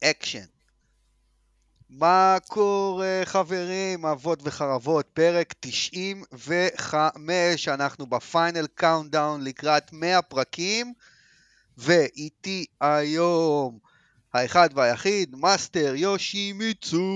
אקשן. מה קורה חברים, אבות וחרבות, פרק 95, אנחנו בפיינל קאונטדאון לקראת 100 פרקים, ואיתי היום האחד והיחיד, מאסטר יושי מיצו.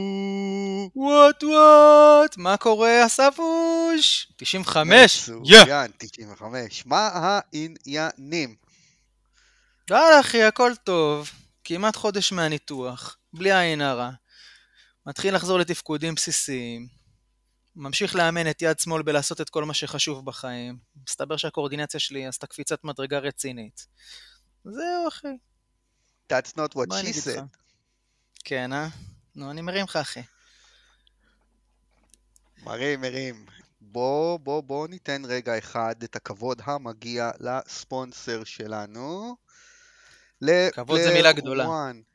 וואט, מה קורה אספוש? 95, מצוין, 95, מה העניינים? יאללה אחי, הכל טוב, כמעט חודש מהניתוח, בלי עין הרע, מתחיל לחזור לתפקודים בסיסיים, ממשיך לאמן את יד שמאל בלעשות את כל מה שחשוב בחיים, מסתבר שהקואורדינציה שלי עשתה קפיצת מדרגה רצינית. זהו אחי. That's not what מה אני she אגיד לך? said. כן, נו, אני מרים לך אחי. מרים. בוא ניתן רגע אחד את הכבוד המגיע לספונסר שלנו. כבוד זה מילה גדולה.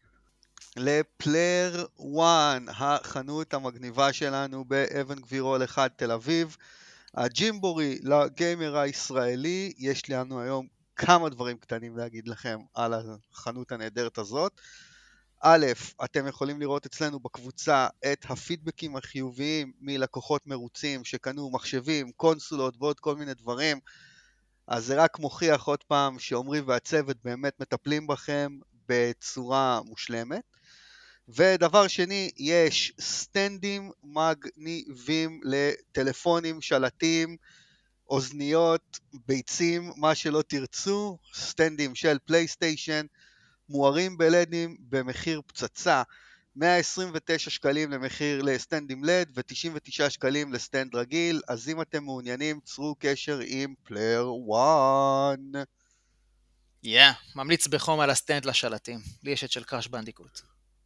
לפלייר 1, החנות המגניבה שלנו באבן גבירול 1 תל אביב. הג'ימבורי לגיימר הישראלי, יש לנו היום כמה דברים קטנים להגיד לכם על החנות הנהדרת הזאת. א', אתם יכולים לראות אצלנו בקבוצה את הפידבקים החיוביים מלקוחות מרוצים שקנו מחשבים, קונסולות ועוד כל מיני דברים. אז זה רק מוכיח עוד פעם שעומרי והצוות באמת מטפלים בכם בצורה מושלמת. ודבר שני, יש סטנדים מגניבים לטלפונים, שלטים, אוזניות, ביצים, מה שלא תרצו, סטנדים של פלייסטיישן, מוארים בלדים במחיר פצצה, 129 שקלים למחיר לסטנדים לד ו99 שקלים לסטנד רגיל, אז אם אתם מעוניינים, צרו קשר עם פלייר 1. ממליץ בחום על הסטנד לשלטים, לי יש את של קראש בנדיקוט.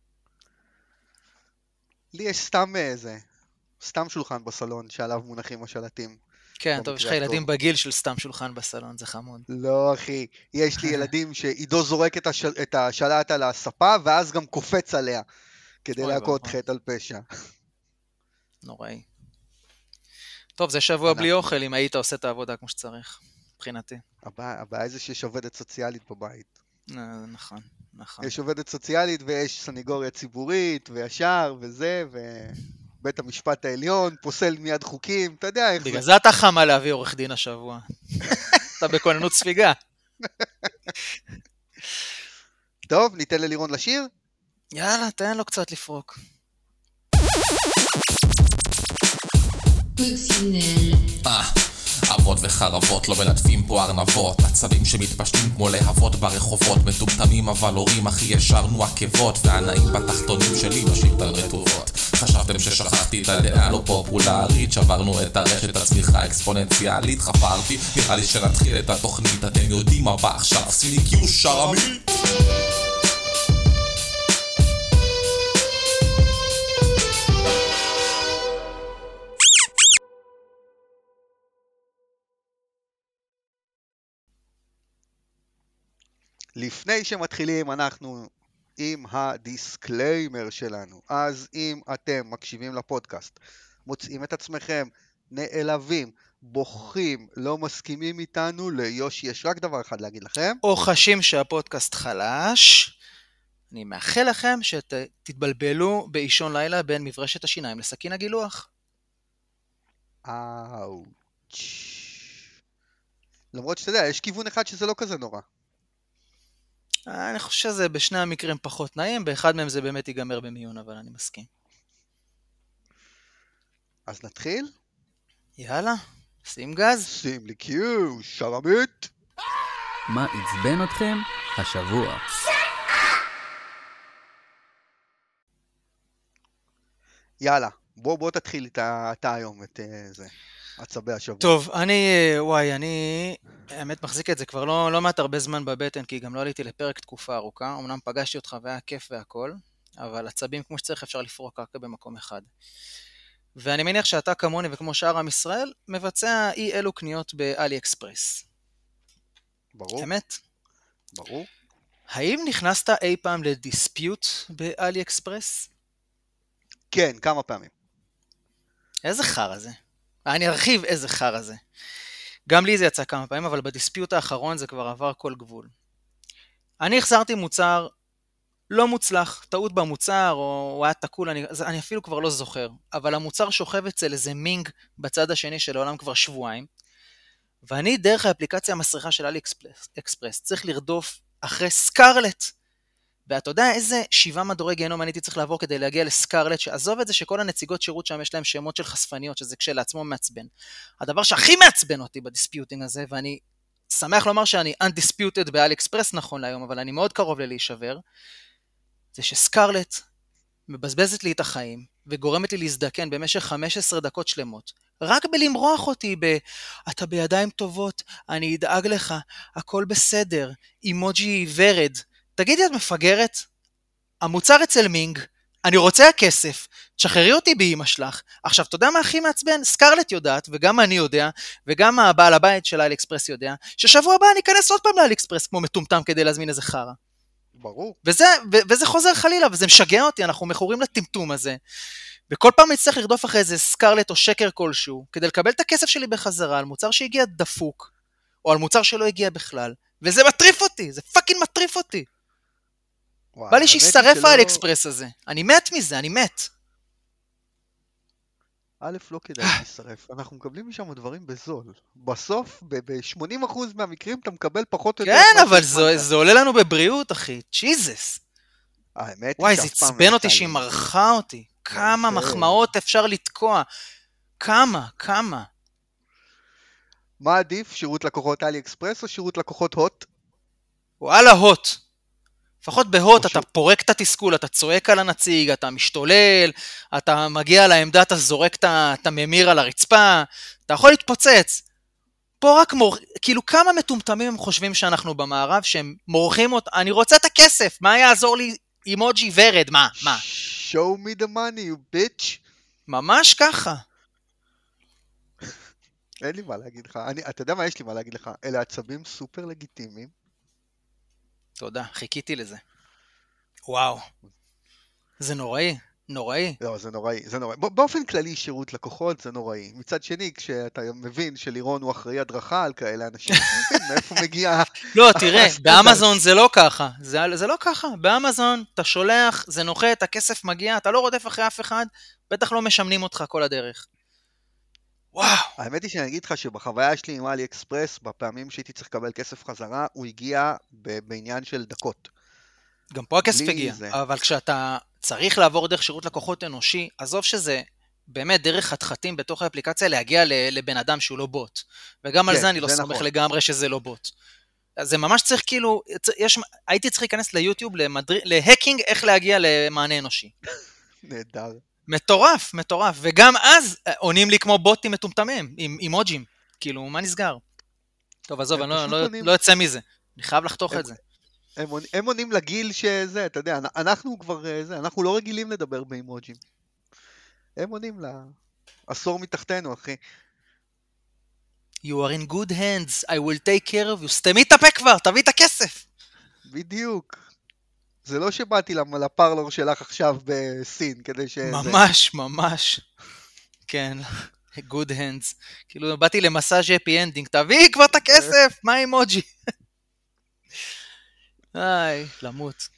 לי יש סתם שולחן בסלון שעליו מונחים השלטים. כן, טוב, יש לך ילדים בגיל של סתם שולחן בסלון, זה חמוד. לא אחי, יש לי ילדים שעידו זורק את השלט על הספה ואז גם קופץ עליה כדי להכות חטא על פשע. נוראי. טוב, זה שבוע בלי אוכל אם היית עושה את העבודה כמו שצריך, מבחינתי. הבעיה זה שיש עובדת סוציאלית בבית. נכון. יש עובדת סוציאלית ויש סניגוריה ציבורית וישר וזה, ובית המשפט העליון פוסל מיד חוקים, אתה יודע איך זה. בגלל זה אתה חמה להביא עורך דין השבוע. אתה בכוננות ספיגה. טוב, ניתן ללירון לשיר? יאללה, תן לו קצת לפרוק. אבות וחרבות לא מלטפים פה ארנבות, עצבים שמתפשטים כמו להבות ברחובות, מטומטמים אבל הורים הכי ישרנו עקבות, והנאים בתחתונים שלי משאית על רטובות. חשבתם ששכחתי את הדעה לא פופולרית, שברנו את הרשת הצמיחה האקספוננציאלית, חפרתי, נראה לי שנתחיל את התוכנית, אתם יודעים מה בא עכשיו, סיניקיו שרמי. לפני שמתחילים אנחנו עם הדיסקליימר שלנו. אז אם אתם מקשיבים לפודקאסט, מוצאים את עצמכם נעלבים, בוכים, לא מסכימים איתנו, ליושי יש רק דבר אחד להגיד לכם. או חשים שהפודקאסט חלש, אני מאחל לכם שתתבלבלו באישון לילה בין מברשת השיניים לסכין הגילוח. אאוץ'. למרות שאתה יודע, יש כיוון אחד שזה לא כזה נורא. אני חושב שזה בשני המקרים פחות נעים, באחד מהם זה באמת ייגמר במיון, אבל אני מסכים. אז נתחיל? יאללה, שים גז. שים לי קיו, שרמית. מה עצבן אתכם השבוע? יאללה, בוא תתחיל אתה היום את זה, עצבי השבוע. טוב, אני האמת מחזיק את זה כבר לא מעט הרבה זמן בבטן, כי גם לא עליתי לפרק תקופה ארוכה, אמנם פגשתי אותך והיה כיף והכל, אבל עצבים כמו שצריך אפשר לפרוק רק במקום אחד. ואני מניח שאתה כמוני וכמו שאר עם ישראל, מבצע אי אלו קניות באלי אקספרס. ברור. אמת? ברור. האם נכנסת אי פעם לדיספיוט באלי אקספרס? כן, כמה פעמים. איזה חרא זה? אני ארחיב איזה חרא זה. גם לי זה יצא כמה פעמים, אבל בדיספיוט האחרון זה כבר עבר כל גבול. אני החזרתי מוצר לא מוצלח, טעות במוצר, או הוא היה תקול, אני אפילו כבר לא זוכר, אבל המוצר שוכב אצל איזה מינג בצד השני של העולם כבר שבועיים, ואני דרך האפליקציה המסריחה של אלי אקספרס צריך לרדוף אחרי סקרלט, ואתה יודע איזה 7 מדורי גיהנום אני הייתי צריך לעבור כדי להגיע לסקרלט, שעזוב את זה שכל הנציגות שירות שם יש להם שמות של חשפניות, שזה כשלעצמו מעצבן. הדבר שהכי מעצבן אותי בדיספיוטינג הזה, ואני שמח לומר שאני undisputed באלי אקספרס נכון להיום, אבל אני מאוד קרוב להישבר, זה שסקרלט מבזבזת לי את החיים, וגורמת לי להזדקן במשך 15 דקות שלמות, רק בלמרוח אותי אתה בידיים טובות, אני אדאג לך, הכל בסדר, אימוג'י ורד. תגידי, את מפגרת? המוצר אצל מינג, אני רוצה הכסף, תשחררי אותי באמא שלך. עכשיו, אתה יודע מה הכי מעצבן? סקרלט יודעת, וגם אני יודע, וגם הבעל הבית של אלי אקספרס יודע, ששבוע הבא אני אכנס עוד פעם לאלי אקספרס כמו מטומטם כדי להזמין איזה חרה. ברור. וזה חוזר חלילה, וזה משגע אותי, אנחנו מכורים לטמטום הזה. וכל פעם נצטרך לרדוף אחרי איזה סקרלט או שקר כלשהו, כדי לקבל את הכסף שלי בחזרה על מוצר שהגיע דפוק, או על מוצר שלא הגיע בכלל. וזה מטריף אותי, זה פאקינג מטריף אותי. בא לי שישרף האלי אקספרס הזה. אני מת מזה, אני מת. א', לא כדאי להישרף, אנחנו מקבלים משם דברים בזול. בסוף, ב-80% מהמקרים אתה מקבל פחות או יותר... כן, אבל זה עולה לנו בבריאות, אחי. ג'יזוס. האמת, וואי, זה עצבן אותי שהיא מרחה אותי. כמה מחמאות אפשר לתקוע. כמה. מה עדיף, שירות לקוחות אלי אקספרס או שירות לקוחות הוט? וואלה, הוט. לפחות בהוט אתה פורק את התסכול, אתה צועק על הנציג, אתה משתולל, אתה מגיע לעמדה, אתה זורק את הממיר על הרצפה, אתה יכול להתפוצץ. פה רק כאילו כמה מטומטמים הם חושבים שאנחנו במערב, שהם מורחים אותה, אני רוצה את הכסף, מה יעזור לי אימוג'י ורד, מה? Show me the money, you bitch. ממש ככה. אין לי מה להגיד לך, אתה יודע מה יש לי מה להגיד לך, אלה עצבים סופר לגיטימיים. תודה, חיכיתי לזה. וואו. זה נוראי. לא, זה נוראי. באופן כללי שירות לקוחות זה נוראי. מצד שני, כשאתה מבין שלירון הוא אחראי הדרכה על כאלה אנשים, מאיפה מגיע... לא, תראה, באמזון זה לא ככה. זה לא ככה. באמזון אתה שולח, זה נוחת, הכסף מגיע, אתה לא רודף אחרי אף אחד, בטח לא משמנים אותך כל הדרך. וואו. האמת היא שאני אגיד לך שבחוויה שלי עם אלי אקספרס, בפעמים שהייתי צריך לקבל כסף חזרה, הוא הגיע בעניין של דקות. גם פה הכסף הגיע, אבל כשאתה צריך לעבור דרך שירות לקוחות אנושי, עזוב שזה באמת דרך חתחתים בתוך האפליקציה להגיע לבן אדם שהוא לא בוט. וגם על זה אני לא סומך לגמרי שזה לא בוט. זה ממש צריך כאילו, הייתי צריך להיכנס ליוטיוב להקינג איך להגיע למענה אנושי. נהדר. מטורף. וגם אז עונים לי כמו בוטים מטומטמים, עם אימוג'ים. כאילו, מה נסגר? טוב, עזוב, אני לא יוצא מזה. אני חייב לחתוך את זה. הם עונים לגיל שזה, אתה יודע, אנחנו כבר אנחנו לא רגילים לדבר באימוג'ים. הם עונים לעשור מתחתנו, אחי. You are in good hands, I will take care of you. סתמי את הפה כבר, תביא את הכסף. בדיוק. זה לא שבאתי לפרלור שלך עכשיו בסין, כדי ש... ממש. כן, good hands. כאילו, באתי למסאז' הפי אנדינג, תביא כבר את הכסף, מה אימוג'י? למות.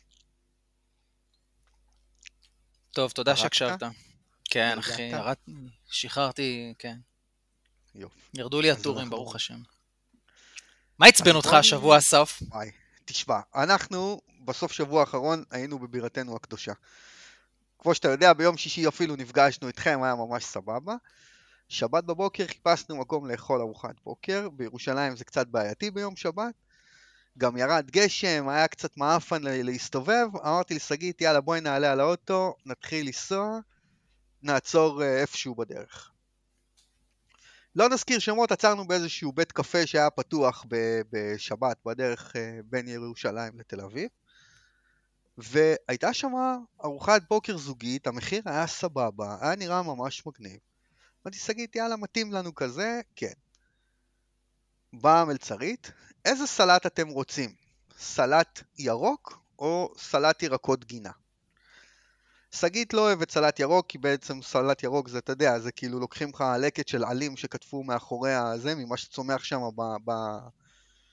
טוב, תודה שהקשבת. כן, אחי, שחררתי, כן. ירדו לי הטורים, ברוך השם. מה הצבן אותך השבוע, אסף? תשמע, אנחנו בסוף שבוע האחרון היינו בבירתנו הקדושה. כמו שאתה יודע, ביום שישי אפילו נפגשנו איתכם, היה ממש סבבה. שבת בבוקר חיפשנו מקום לאכול ארוחת בוקר, בירושלים זה קצת בעייתי ביום שבת. גם ירד גשם, היה קצת מאפן להסתובב, אמרתי לשגית, יאללה בואי נעלה על האוטו, נתחיל לנסוע, נעצור איפשהו בדרך. לא נזכיר שמות, עצרנו באיזשהו בית קפה שהיה פתוח בשבת בדרך בין ירושלים לתל אביב, והייתה שם ארוחת בוקר זוגית, המחיר היה סבבה, היה נראה ממש מגניב. אמרתי שגית, יאללה מתאים לנו כזה, כן. באה המלצרית, איזה סלט אתם רוצים? סלט ירוק או סלט ירקות גינה? שגית לא אוהבת סלט ירוק, כי בעצם סלט ירוק זה, אתה יודע, זה כאילו לוקחים לך לקט של עלים שכתבו מאחורי הזה, ממה שצומח שם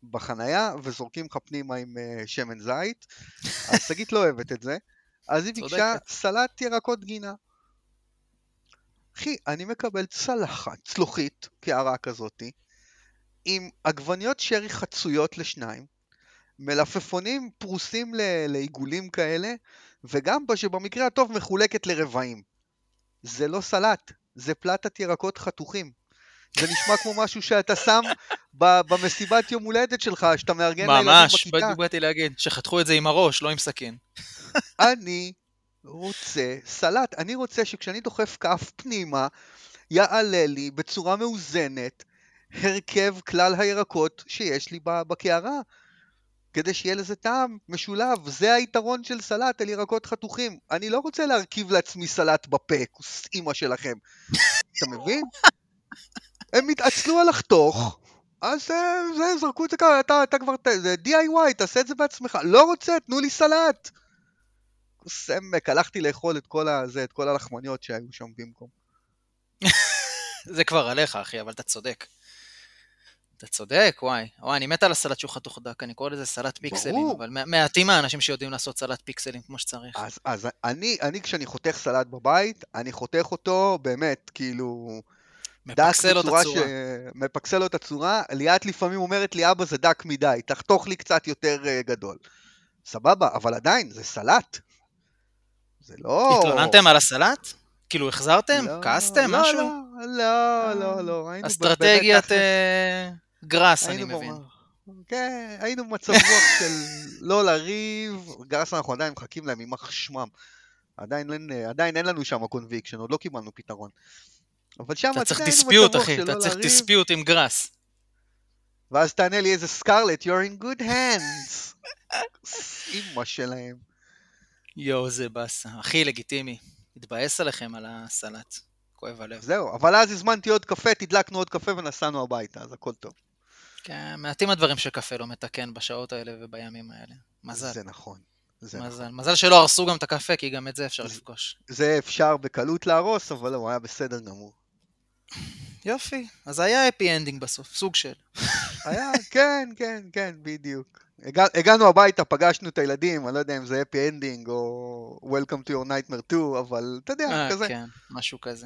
בחנייה וזורקים לך פנימה עם שמן זית, אז שגית לא אוהבת את זה, אז היא ביקשה צודקת. סלט ירקות גינה. אחי, אני מקבל צלוחית, קערה כזאתי, עם עגבניות שרי חצויות לשניים, מלפפונים פרוסים לעיגולים כאלה, וגם שבמקרה הטוב מחולקת לרבעים. זה לא סלט, זה פלטת ירקות חתוכים. זה נשמע כמו משהו שאתה שם במסיבת יום הולדת שלך, שאתה מארגן לילדים ממש, בכיתה. בדיוק באתי להגיד, שחתכו את זה עם הראש, לא עם סכין. אני רוצה סלט, אני רוצה שכשאני דוחף כף פנימה, יעלה לי בצורה מאוזנת, הרכב כלל הירקות שיש לי בקערה, כדי שיהיה לזה טעם משולב. זה היתרון של סלט על ירקות חתוכים. אני לא רוצה להרכיב לעצמי סלט בפה, כוס אמא שלכם. אתה מבין? הם מתעצלו על לחתוך, אז זה, זרקו את זה ככה, אתה כבר, זה DIY, תעשה את זה בעצמך. לא רוצה, תנו לי סלט. כוס עמק, הלכתי לאכול את כל הלחמניות שהיו שם במקום. זה כבר עליך, אחי, אבל אתה צודק. אתה צודק, וואי, אני מת על הסלט שהוא חתוך דק, אני קורא לזה סלט פיקסלים, ברור. אבל מעטים האנשים שיודעים לעשות סלט פיקסלים כמו שצריך. אז אני כשאני חותך סלט בבית, אני חותך אותו באמת, כאילו, מפקסל לו את הצורה. מפקסל לו את הצורה. ליאת לפעמים אומרת לי, אבא זה דק מדי, תחתוך לי קצת יותר גדול. סבבה, אבל עדיין, זה סלט. זה לא... התלוננתם על הסלט? כאילו החזרתם? לא, כעסתם? לא, משהו? לא. היינו אסטרטגיית בבית גראס, אני היינו מבין. כן, היינו במצב רוח של לא לריב, גרס אנחנו עדיין מחכים להם עם החשמם. עדיין אין לנו שם קונביקשן, עוד לא קיבלנו פתרון. אבל שם אתה צריך היינו דיספיוט, במצב רוח אחי, של אתה לא צריך לריב, דיספיוט עם גראס. ואז תענה לי איזה סקרלט, you're in good hands. אמא שלהם. יואו, זה באסה. הכי לגיטימי. התבאס עליכם על הסלט. כואב הלב. זהו, אבל אז הזמנתי עוד קפה, תדלקנו עוד קפה ונסענו הביתה, אז הכל טוב. כן, מעטים הדברים שקפה לא מתקן בשעות האלה ובימים האלה. מזל. זה נכון. מזל. מזל שלא הרסו גם את הקפה, כי גם את זה אפשר לפגוש. זה אפשר בקלות להרוס, אבל לא, היה בסדר גמור. יופי. אז היה אפי אנדינג בסוף, סוג של. היה, כן, בדיוק. הגענו הביתה, פגשנו את הילדים, אני לא יודע אם זה happy ending או welcome to your nightmare 2, אבל אתה יודע, כזה. כן, משהו כזה.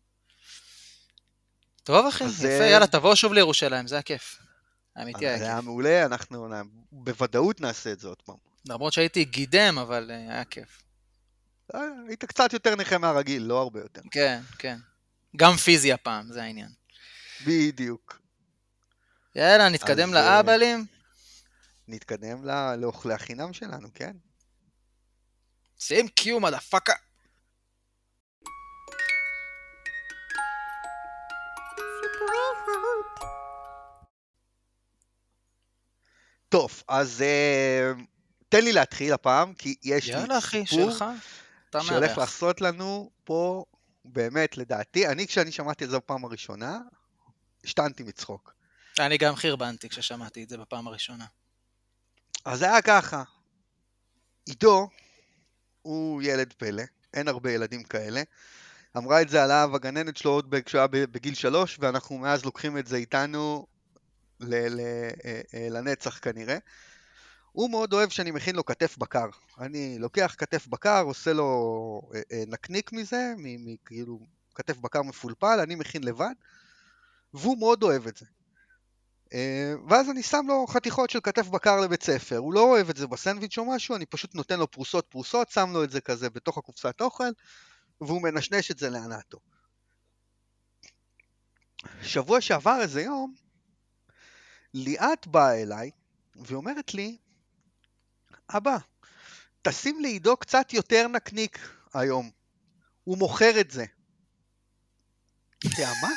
טוב אחי, אז יפה, יאללה, תבואו שוב לירושלים, זה הכיף. האמיתי היה זה היה כיף. מעולה, אנחנו בוודאות נעשה את זה עוד פעם. למרות שהייתי גידם, אבל היה כיף. היית קצת יותר נכה מהרגיל, לא הרבה יותר. כן. גם פיזי הפעם, זה העניין. בדיוק. יאללה, נתקדם לאבלים. נתקדם לאוכלי החינם שלנו, כן? שים קיו, מדפקה. טוב, אז תן לי להתחיל הפעם, כי יש לי יאללה אחי, סיפור שלך. אתה שהולך מארח. לעשות לנו פה, באמת לדעתי, כשאני שמעתי את זה בפעם הראשונה, השתנתי מצחוק. אני גם חרבנתי כששמעתי את זה בפעם הראשונה. אז זה היה ככה, עידו הוא ילד פלא, אין הרבה ילדים כאלה, אמרה את זה עליו הגננת שלו עוד כשהוא היה בגיל 3, ואנחנו מאז לוקחים את זה איתנו לנצח כנראה. הוא מאוד אוהב שאני מכין לו כתף בקר, אני לוקח כתף בקר, עושה לו נקניק מזה, כאילו כתף בקר מפולפל, אני מכין לבד, והוא מאוד אוהב את זה. ואז אני שם לו חתיכות של כתף בקר לבית ספר, הוא לא אוהב את זה בסנדוויץ' או משהו, אני פשוט נותן לו פרוסות, שם לו את זה כזה בתוך הקופסת אוכל, והוא מנשנש את זה לענתו. שבוע שעבר איזה יום, ליאת באה אליי, ואומרת לי, אבא, תשים לעידו קצת יותר נקניק היום, הוא מוכר את זה. מה?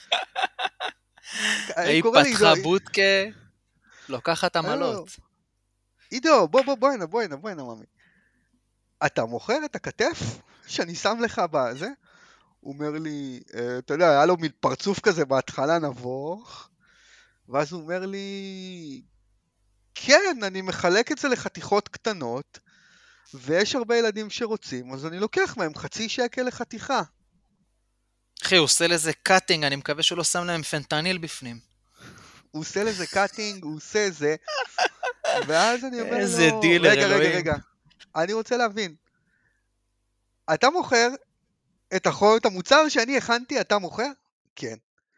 היא פתחה בוטקה, לוקחת עמלות. עידו, בוא הנה, ממי. אתה מוכר את הכתף שאני שם לך בזה? הוא אומר לי, אתה יודע, היה לו פרצוף כזה בהתחלה נבוך, ואז הוא אומר לי, כן, אני מחלק את זה לחתיכות קטנות, ויש הרבה ילדים שרוצים, אז אני לוקח מהם 0.5 שקל לחתיכה. אחי, הוא עושה לזה קאטינג, אני מקווה שהוא לא שם להם פנטניל בפנים. הוא עושה לזה קאטינג, הוא עושה זה, ואז אני אומר לו, איזה דילר, אלוהים. רגע, אני רוצה להבין, אתה מוכר את המוצר שאני הכנתי, אתה מוכר? כן.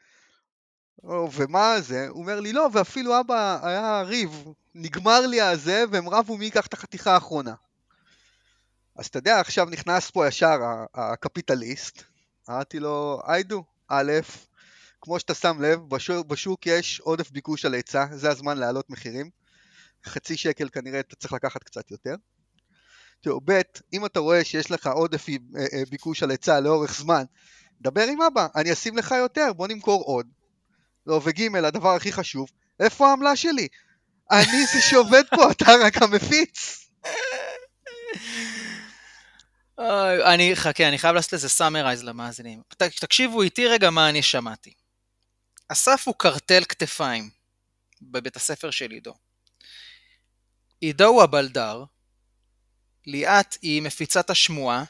ומה זה? הוא אומר לי, לא, ואפילו אבא היה ריב, נגמר לי הזה, והם רבו מי ייקח את החתיכה האחרונה. אז אתה יודע, עכשיו נכנס פה ישר הקפיטליסט, אמרתי לו, איידו, א', כמו שאתה שם לב, בשוק יש עודף ביקוש על היצע, זה הזמן להעלות מחירים, 0.5 שקל כנראה אתה צריך לקחת קצת יותר. תראו, ב', אם אתה רואה שיש לך עודף ביקוש על היצע לאורך זמן, דבר עם אבא, אני אשים לך יותר, בוא נמכור עוד. לא, וג', הדבר הכי חשוב, איפה העמלה שלי? אני זה שעובד פה, אתה רק המפיץ. חכה, אני חייב לעשות לזה סאמרייז למאזינים. תקשיבו איתי רגע מה אני שמעתי. אסף הוא קרטל כתפיים בבית הספר של עידו. עידו הוא הבלדר, ליאת היא מפיצת השמועה,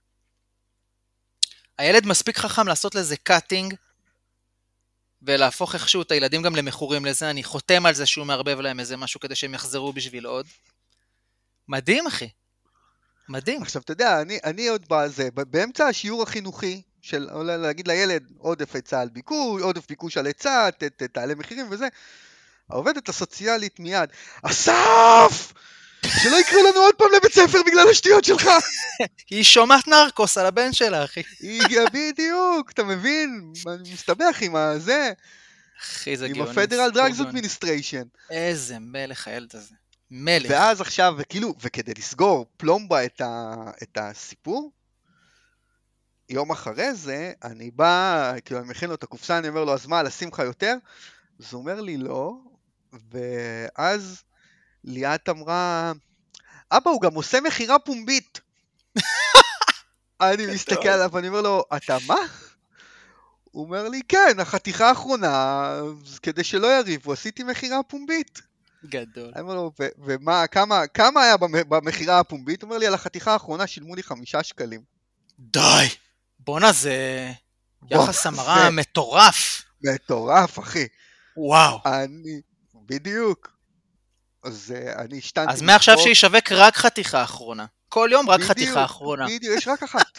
הילד מספיק חכם לעשות לזה קאטינג, ולהפוך איכשהו את הילדים גם למכורים לזה, אני חותם על זה שהוא מערבב להם איזה משהו כדי שהם יחזרו בשביל עוד. מדהים אחי, מדהים. עכשיו אתה יודע, אני עוד בזה, באמצע השיעור החינוכי, של להגיד לילד עודף היצע על ביקוש, עודף ביקוש על היצע, תעלה מחירים וזה, העובדת הסוציאלית מיד, אסף! שלא יקראו לנו עוד פעם לבית ספר בגלל השטויות שלך. היא שומעת נרקוס על הבן שלה, אחי. בדיוק, אתה מבין? אני מסתבך עם הזה. אחי, זה עם גאוני. ה-Federal Drugs Administration. איזה מלך הילד הזה. מלך. ואז עכשיו, וכדי לסגור פלומבה את הסיפור, יום אחרי זה, אני בא, כאילו אני מכין לו את הקופסה, אני אומר לו, אז מה, לשים לך יותר? אז הוא אומר לי, לא. ואז ליאת אמרה, אבא, הוא גם עושה מחירה פומבית. אני מסתכל עליו, אני אומר לו, אתה מה? הוא אומר לי, כן, החתיכה האחרונה, כדי שלא יריבו, עשיתי מחירה פומבית. גדול. אני אומר לו, ומה, כמה היה במחירה הפומבית? הוא אומר לי, על החתיכה האחרונה שילמו לי 5 שקלים. די! בונה, זה יחס המרה מטורף. מטורף, אחי. וואו. בדיוק. אז אני השתנתי. אז מעכשיו שישווק רק חתיכה אחרונה. כל יום רק חתיכה אחרונה. בדיוק, יש רק אחת.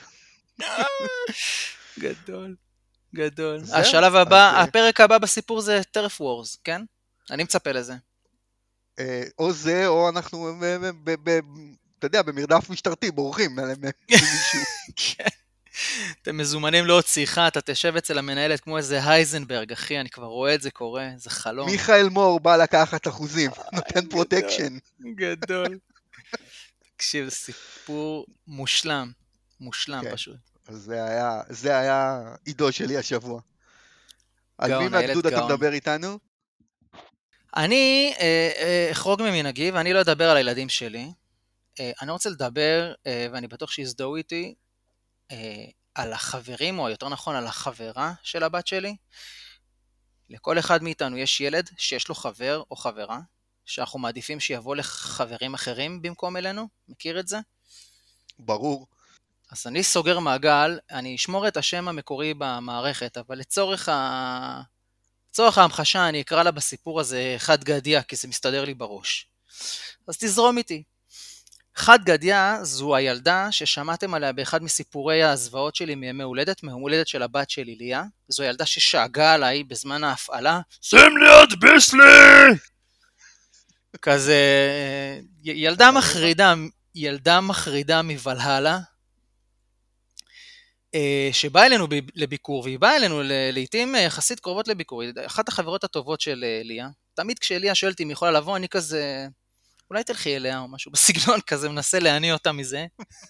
גדול, גדול. השלב הבא, הפרק הבא בסיפור זה טרף וורס, כן? אני מצפה לזה. או זה, או אנחנו, אתה יודע, במרדף משטרתי, בורחים ממישהו. כן. אתם מזומנים לעוד שיחה, אתה תשב אצל המנהלת כמו איזה הייזנברג, אחי, אני כבר רואה את זה קורה, זה חלום. מיכאל מור בא לקחת אחוזים, נותן פרוטקשן. גדול. תקשיב, זה סיפור מושלם, מושלם פשוט. זה היה עידו שלי השבוע. על מי מהגדוד אתה מדבר איתנו? אני אחרוג ממנהגי, ואני לא אדבר על הילדים שלי. אני רוצה לדבר, ואני בטוח שיזדהו איתי, על החברים, או יותר נכון על החברה של הבת שלי. לכל אחד מאיתנו יש ילד שיש לו חבר או חברה, שאנחנו מעדיפים שיבוא לחברים אחרים במקום אלינו. מכיר את זה? ברור. אז אני סוגר מעגל, אני אשמור את השם המקורי במערכת, אבל לצורך ההמחשה אני אקרא לה בסיפור הזה חד גדיה, כי זה מסתדר לי בראש. אז תזרום איתי. חד גדיה זו הילדה ששמעתם עליה באחד מסיפורי הזוועות שלי מימי הולדת, מהולדת של הבת שלי ליה. זו הילדה ששאגה עליי בזמן ההפעלה. שים ליד ביסלי! כזה, ילדה מחרידה מבלהלה, שבאה אלינו לביקור, והיא באה אלינו לעתים יחסית קרובות לביקור. אחת החברות הטובות של ליה. תמיד כשליה שואלת אם היא יכולה לבוא, אני כזה, אולי תלכי אליה או משהו בסגנון כזה, מנסה להניע אותה מזה.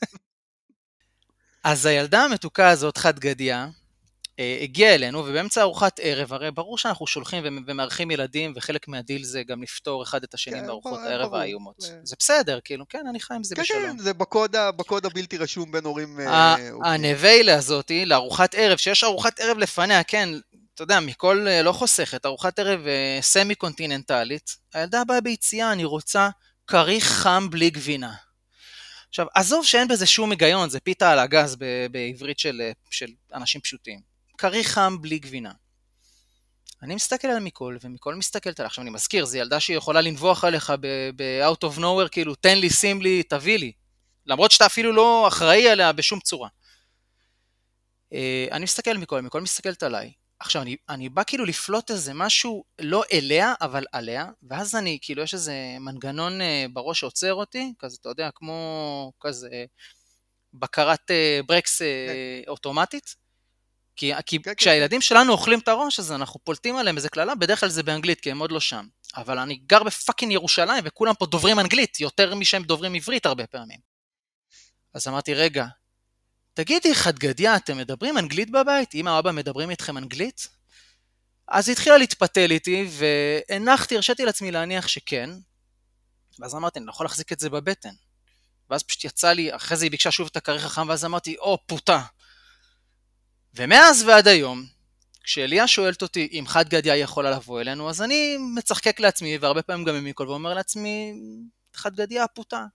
אז הילדה המתוקה הזאת, חד גדיה, הגיעה אלינו, ובאמצע ארוחת ערב, הרי ברור שאנחנו שולחים ומארחים ילדים, וחלק מהדיל זה גם לפתור אחד את השני בארוחות הערב האיומות. זה בסדר, כאילו, כן, אני חי עם זה בשלום. כן, זה בקוד הבלתי רשום בין הורים. הנביילה הזאת, לארוחת ערב, שיש ארוחת ערב לפניה, כן, אתה יודע, מכל לא חוסכת, ארוחת ערב סמי קונטיננטלית, הילדה באה ביציאה, אני רוצה קרי חם בלי גבינה. עכשיו, עזוב שאין בזה שום היגיון, זה פיתה על הגז בעברית של אנשים פשוטים. קרי חם בלי גבינה. אני מסתכל על מיקול, ומיקול מסתכלת עליך. עכשיו אני מזכיר, זו ילדה שהיא יכולה לנבוח עליך ב-out of nowhere, כאילו, תן לי, שים לי, תביא לי. למרות שאתה אפילו לא אחראי עליה בשום צורה. אני מסתכל על מיקול, מיקול מסתכלת עליי. עכשיו, אני בא כאילו לפלוט איזה משהו, לא אליה, אבל עליה, ואז אני, כאילו, יש איזה מנגנון בראש שעוצר אותי, כזה, אתה יודע, כמו כזה בקרת ברקס אוטומטית, כי כשהילדים שלנו אוכלים את הראש, אז אנחנו פולטים עליהם איזה כללה, בדרך כלל זה באנגלית, כי הם עוד לא שם. אבל אני גר בפאקינג ירושלים, וכולם פה דוברים אנגלית, יותר משהם דוברים עברית הרבה פעמים. אז אמרתי, רגע, תגידי, חדגדיה, אתם מדברים אנגלית בבית? אמא ואבא מדברים איתכם אנגלית? אז היא התחילה להתפתל איתי, הרשיתי לעצמי להניח שכן, ואז אמרתי, אני לא יכול להחזיק את זה בבטן. ואז פשוט יצא לי, אחרי זה היא ביקשה שוב את הכריך החם, ואז אמרתי, פוטה. ומאז ועד היום, כשאליה שואלת אותי אם חדגדיה יכולה לבוא אלינו, אז אני מצחקק לעצמי, והרבה פעמים גם ממיקול, ואומר לעצמי, חדגדיה פוטה.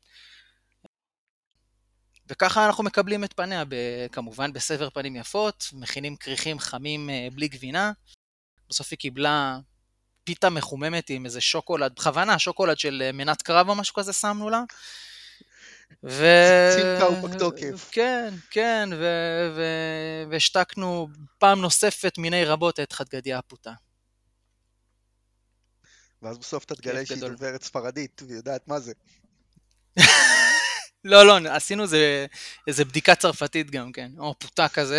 וככה אנחנו מקבלים את פניה, כמובן בסבר פנים יפות, מכינים כריכים חמים בלי גבינה, בסוף היא קיבלה פיתה מחוממת עם איזה שוקולד, בכוונה שוקולד של מנת קרב או משהו כזה שמנו לה. צמקה ופג תוקף. כן, והשתקנו פעם נוספת מיני רבות את חדגדיה הפוטה. ואז בסוף אתה תגלה שהיא דוברת ספרדית, ויודעת מה זה. לא, עשינו איזה בדיקה צרפתית גם, כן, פוטה כזה.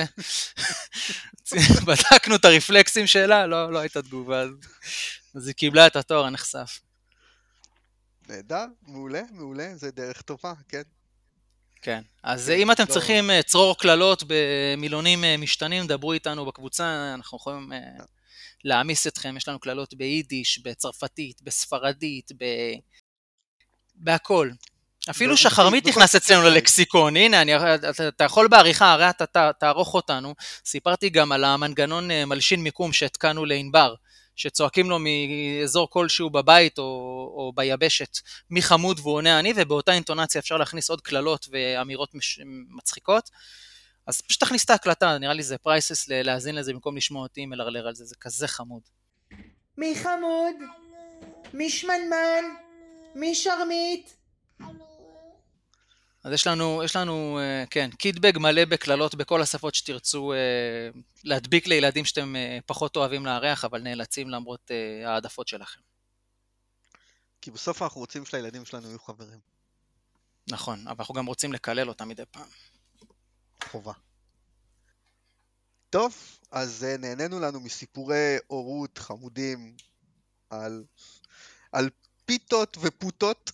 בדקנו את הרפלקסים שלה, לא הייתה תגובה, אז היא קיבלה את התואר הנחשף. נהדר, מעולה, זה דרך טובה, כן. כן, אז אם אתם צריכים צרור כללות במילונים משתנים, דברו איתנו בקבוצה, אנחנו יכולים להעמיס אתכם, יש לנו כללות ביידיש, בצרפתית, בספרדית, בהכל. אפילו שחרמית נכנס אצלנו ללקסיקון, הנה, אתה יכול בעריכה, הרי אתה תערוך אותנו, סיפרתי גם על המנגנון מלשין מיקום שהתקנו לענבר, שצועקים לו מאזור כלשהו בבית או ביבשת, מי חמוד והוא עונה אני, ובאותה אינטונציה אפשר להכניס עוד כללות ואמירות מצחיקות, אז פשוט תכניס את ההקלטה, נראה לי זה פרייסס להאזין לזה במקום לשמוע אותי מלרלר על זה, זה כזה חמוד. מי חמוד? מי שמנמן? מי שרמית? אז יש לנו כן, קיטבג מלא בכללות בכל השפות שתרצו להדביק לילדים שאתם פחות אוהבים לארח, אבל נאלצים למרות העדפות שלכם. כי בסוף אנחנו רוצים שלילדים שלנו יהיו חברים. נכון, אבל אנחנו גם רוצים לקלל אותם מדי פעם. חובה. טוב, אז נהנינו לנו מסיפורי הורות חמודים על פיתות ופוטות.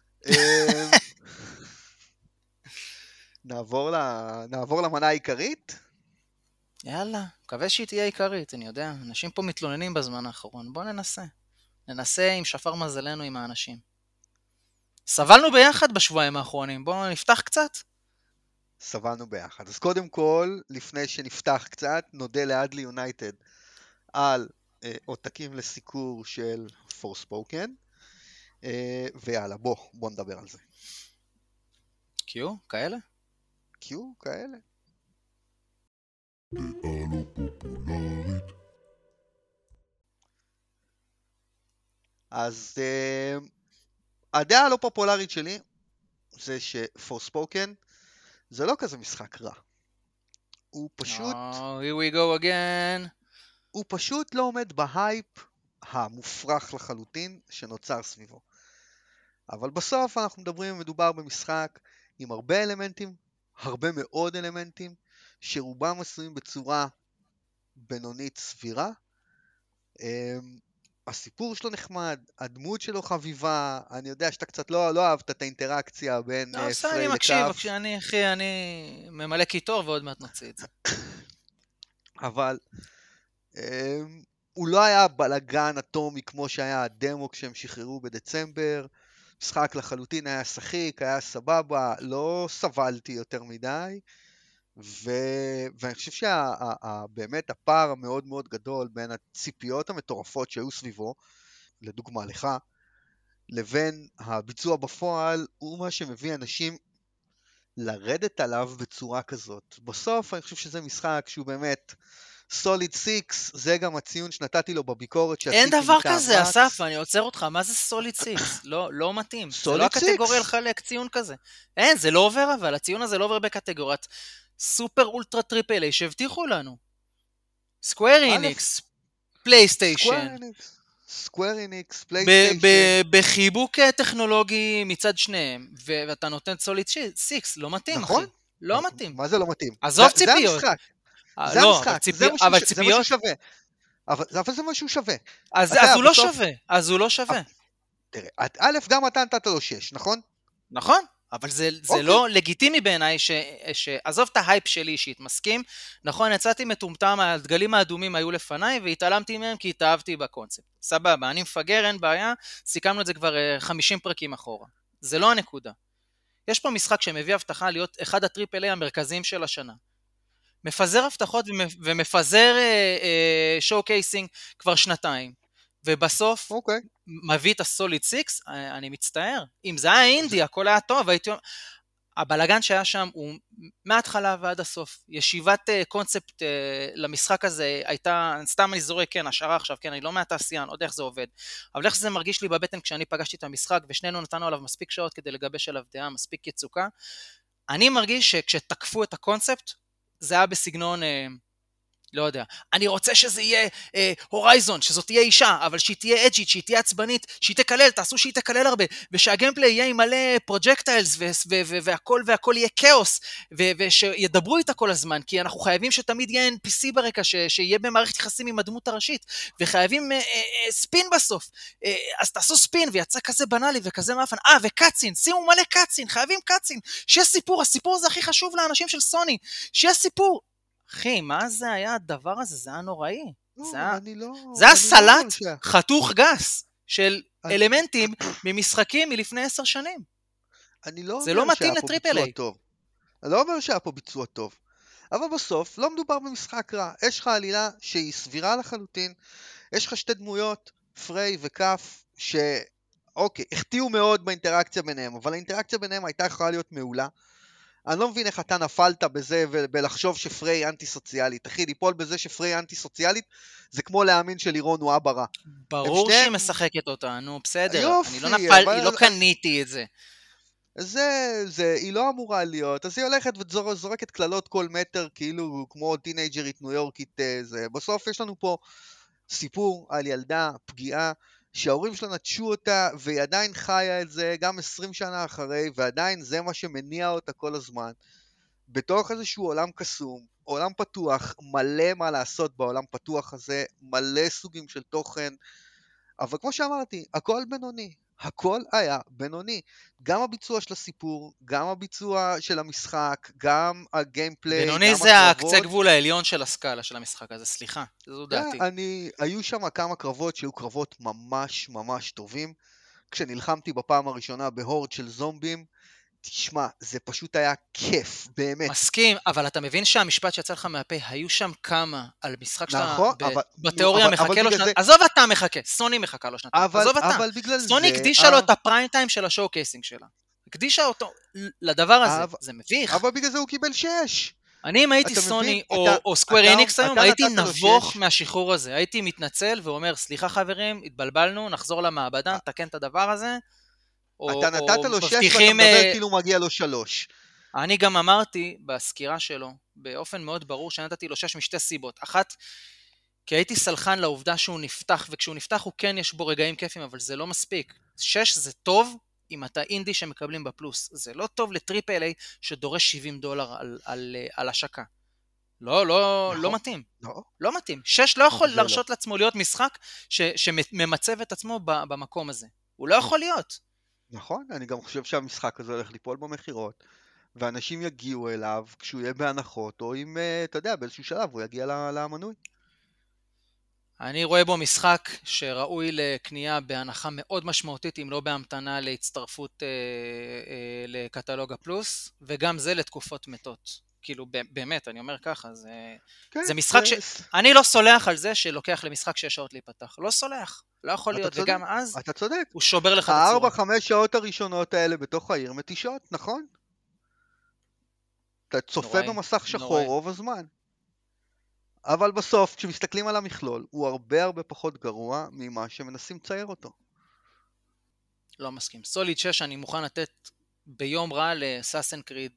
נעבור למנה העיקרית? יאללה, מקווה שהיא תהיה עיקרית, אני יודע, אנשים פה מתלוננים בזמן האחרון, בואו ננסה עם שפר מזלנו עם האנשים. סבלנו ביחד בשבועיים האחרונים, בואו נפתח קצת. סבלנו ביחד, אז קודם כל, לפני שנפתח קצת, נודה לאדלי יונייטד על עותקים לסיקור של Forspoken, ויאללה, בוא נדבר על זה. קיו, כאלה? קיו, כאלה. אז הדעה הלא פופולרית שלי זה ש-Forspoken זה לא כזה משחק רע. הוא פשוט... here we go again. הוא פשוט לא עומד בהייפ המופרך לחלוטין שנוצר סביבו. אבל בסוף אנחנו מדובר במשחק עם הרבה אלמנטים, הרבה מאוד אלמנטים, שרובם עשויים בצורה בינונית סבירה. הסיפור שלו נחמד, הדמות שלו חביבה, אני יודע שאתה קצת לא אהבת את האינטראקציה בין פריי לקאף. אני ממלא קיטור ועוד מעט נוציא את זה. אבל הוא לא היה בלגן אטומי כמו שהיה הדמו כשהם שחררו בדצמבר, משחק לחלוטין היה שחיק, היה סבבה, לא סבלתי יותר מדי, ואני חושב שבאמת הפער המאוד מאוד גדול בין הציפיות המטורפות שהיו סביבו, לדוגמה לך, לבין הביצוע בפועל, הוא מה שמביא אנשים לרדת עליו בצורה כזאת. בסוף אני חושב שזה משחק שהוא באמת סוליד 6, זה גם הציון שנתתי לו בביקורת שעשיתי אין דבר מטעם כזה, מקס. אסף, אני עוצר אותך, מה זה סוליד 6? לא מתאים. זה לא Solid הקטגוריה 6. לחלק ציון כזה. אין, זה לא עובר אבל, הציון הזה לא עובר בקטגוריית סופר אולטרה טריפל איי שהבטיחו לנו. סקוואר איניקס, פלייסטיישן, סקוואר איניקס, פלייסטיישן. בחיבוק טכנולוגי מצד שניהם, ואתה נותן סוליד 6, לא מתאים, אחי. נכון? לא מתאים. מה זה לא מתאים? עזוב זה ציפיות. המשחק. זה לא, המשחק, אבל זה מה ציפיות, שהוא שווה. אבל זה מה שהוא שווה. אז אתה הוא לא בסוף- שווה, אז הוא לא שווה. תראה, א', גם אתה נתת לו 6, נכון? נכון, אבל זה אוקיי. לא לגיטימי בעיניי שעזוב את ההייפ שלי אישית, מסכים? נכון, יצאתי מטומטם, הדגלים האדומים היו לפניי והתעלמתי מהם כי התאהבתי בקונספט. סבבה, אני מפגר, אין בעיה, סיכמנו את זה כבר 50 פרקים אחורה. זה לא הנקודה. יש פה משחק שמביא הבטחה להיות אחד הטריפל איי המרכזיים של השנה. מפזר הבטחות ומפזר שואו-קייסינג כבר שנתיים, ובסוף אוקיי. מביא את הסוליד 6, אני מצטער. אם זה היה אינדי, הכל היה טוב, הבלגן שהיה שם הוא מההתחלה ועד הסוף. ישיבת קונספט למשחק הזה הייתה, סתם אני זורק, כן, השערה עכשיו, כן, אני לא מהתעשיין, עוד איך זה עובד. אבל איך זה מרגיש לי בבטן כשאני פגשתי את המשחק, ושנינו נתנו עליו מספיק שעות כדי לגבש עליו דעה, מספיק יצוקה. אני מרגיש שכשתקפו את הקונספט, זה היה בסגנון, לא יודע, אני רוצה שזה יהיה הורייזון, שזאת תהיה אישה, אבל שהיא תהיה אג'ית, שהיא תהיה עצבנית, שהיא תקלל, תעשו שהיא תקלל הרבה, ושהגיימפליי יהיה עם מלא פרוג'קטיילס, והכל יהיה כאוס, ושידברו איתה כל הזמן, כי אנחנו חייבים שתמיד יהיה NPC ברקע, שיהיה במערכת יחסים עם הדמות הראשית, וחייבים ספין בסוף, אז תעשו ספין, ויצא כזה בנאלי וכזה מאפן, וקאצין, שימו מלא קאצין, חייבים קאצין, שיהיה סיפור, הסיפור זה הכי חשוב לאנשים של סוני, שיהיה סיפור. אחי, מה זה היה הדבר הזה? זה היה נוראי. זה היה סלט חתוך גס של אלמנטים ממשחקים מלפני 10 שנים. זה לא מתאים לטריפל איי. אני לא אומר שהיה פה ביצוע טוב, אבל בסוף לא מדובר במשחק רע. יש לך עלילה שהיא סבירה לחלוטין, יש לך שתי דמויות, פריי וקף, אוקיי, החטיאו מאוד באינטראקציה ביניהם, אבל האינטראקציה ביניהם הייתה יכולה להיות מעולה. אני לא מבין איך אתה נפלת בזה ובלחשוב שפריי אנטי סוציאלית. אחי, ליפול בזה שפריי אנטי סוציאלית, זה כמו להאמין שלירון הוא אבא רע. ברור שהיא משחקת אותה, נו בסדר. יופי, אני לא קניתי את זה. היא לא אמורה להיות, אז היא הולכת וזורקת כללות כל מטר, כאילו כמו טינג'רית ניו יורקית זה. בסוף יש לנו פה סיפור על ילדה, פגיעה, שההורים שלה נטשו אותה, והיא עדיין חיה את זה גם 20 שנה אחרי, ועדיין זה מה שמניע אותה כל הזמן. בתוך איזשהו עולם קסום, עולם פתוח, מלא מה לעשות בעולם פתוח הזה, מלא סוגים של תוכן, אבל כמו שאמרתי, הכל בינוני. הכל היה בינוני. גם הביצוע של הסיפור, גם הביצוע של המשחק, גם הגיימפליי, בינוני זה הקצה גבול העליון של הסקאלה של המשחק הזה, סליחה, זו דעתי. היו שם כמה קרבות שהיו קרבות ממש ממש טובים. כשנלחמתי בפעם הראשונה בהורד של זומבים, תשמע, זה פשוט היה כיף, באמת. מסכים, אבל אתה מבין שהמשפט שיצא לך מהפה, היו שם כמה על משחק שאתה בתיאוריה מחכה לו שנתיים. עזוב אתה מחכה, סוני מחכה לו שנתיים. עזוב אתה, סוני הקדישה לו את הפריים טיים של השואו קייסינג שלה. הקדישה אותו לדבר הזה, זה מביך. אבל בגלל זה הוא קיבל 6. אני אם הייתי סוני או סקוור איניקס היום, הייתי נבוך מהשחרור הזה. הייתי מתנצל ואומר, סליחה חברים, התבלבלנו, נחזור למעבדה, נתקן את הדבר הזה. אתה נתת לו 6 ואתה מדבר כאילו מגיע לו 3. אני גם אמרתי בסקירה שלו, באופן מאוד ברור, שנתתי לו 6 משתי סיבות. אחת, כי הייתי סלחן לעובדה שהוא נפתח, וכשהוא נפתח הוא כן יש בו רגעים כיפים, אבל זה לא מספיק. 6 זה טוב אם אתה אינדי שמקבלים בפלוס. זה לא טוב לטריפל איי שדורש $70 על השקה. לא מתאים. לא מתאים. 6 לא יכול להרשות לעצמו להיות משחק שממצב את עצמו במקום הזה. הוא לא יכול להיות. נכון, אני גם חושב שהמשחק הזה הולך ליפול במחירות, ואנשים יגיעו אליו כשהוא יהיה בהנחות, או אם, אתה יודע, באיזשהו שלב הוא יגיע למנוי. אני רואה בו משחק שראוי לקנייה בהנחה מאוד משמעותית, אם לא בהמתנה להצטרפות לקטלוג הפלוס, וגם זה לתקופות מתות. כאילו באמת, אני אומר ככה, זה משחק אני לא סולח על זה שלוקח למשחק 6 שעות להיפתח. לא סולח, לא יכול להיות, וגם אז אתה צודק. הוא שובר לך את הצורה. 4-5 שעות הראשונות האלה בתוך העיר מתישות, נכון? אתה צופה במסך שחור רוב הזמן. אבל בסוף, כשמסתכלים על המכלול, הוא הרבה פחות גרוע ממה שמנסים לצייר אותו. לא מסכים. סוליד 6 אני מוכן לתת ביום רע לסאסן קריד,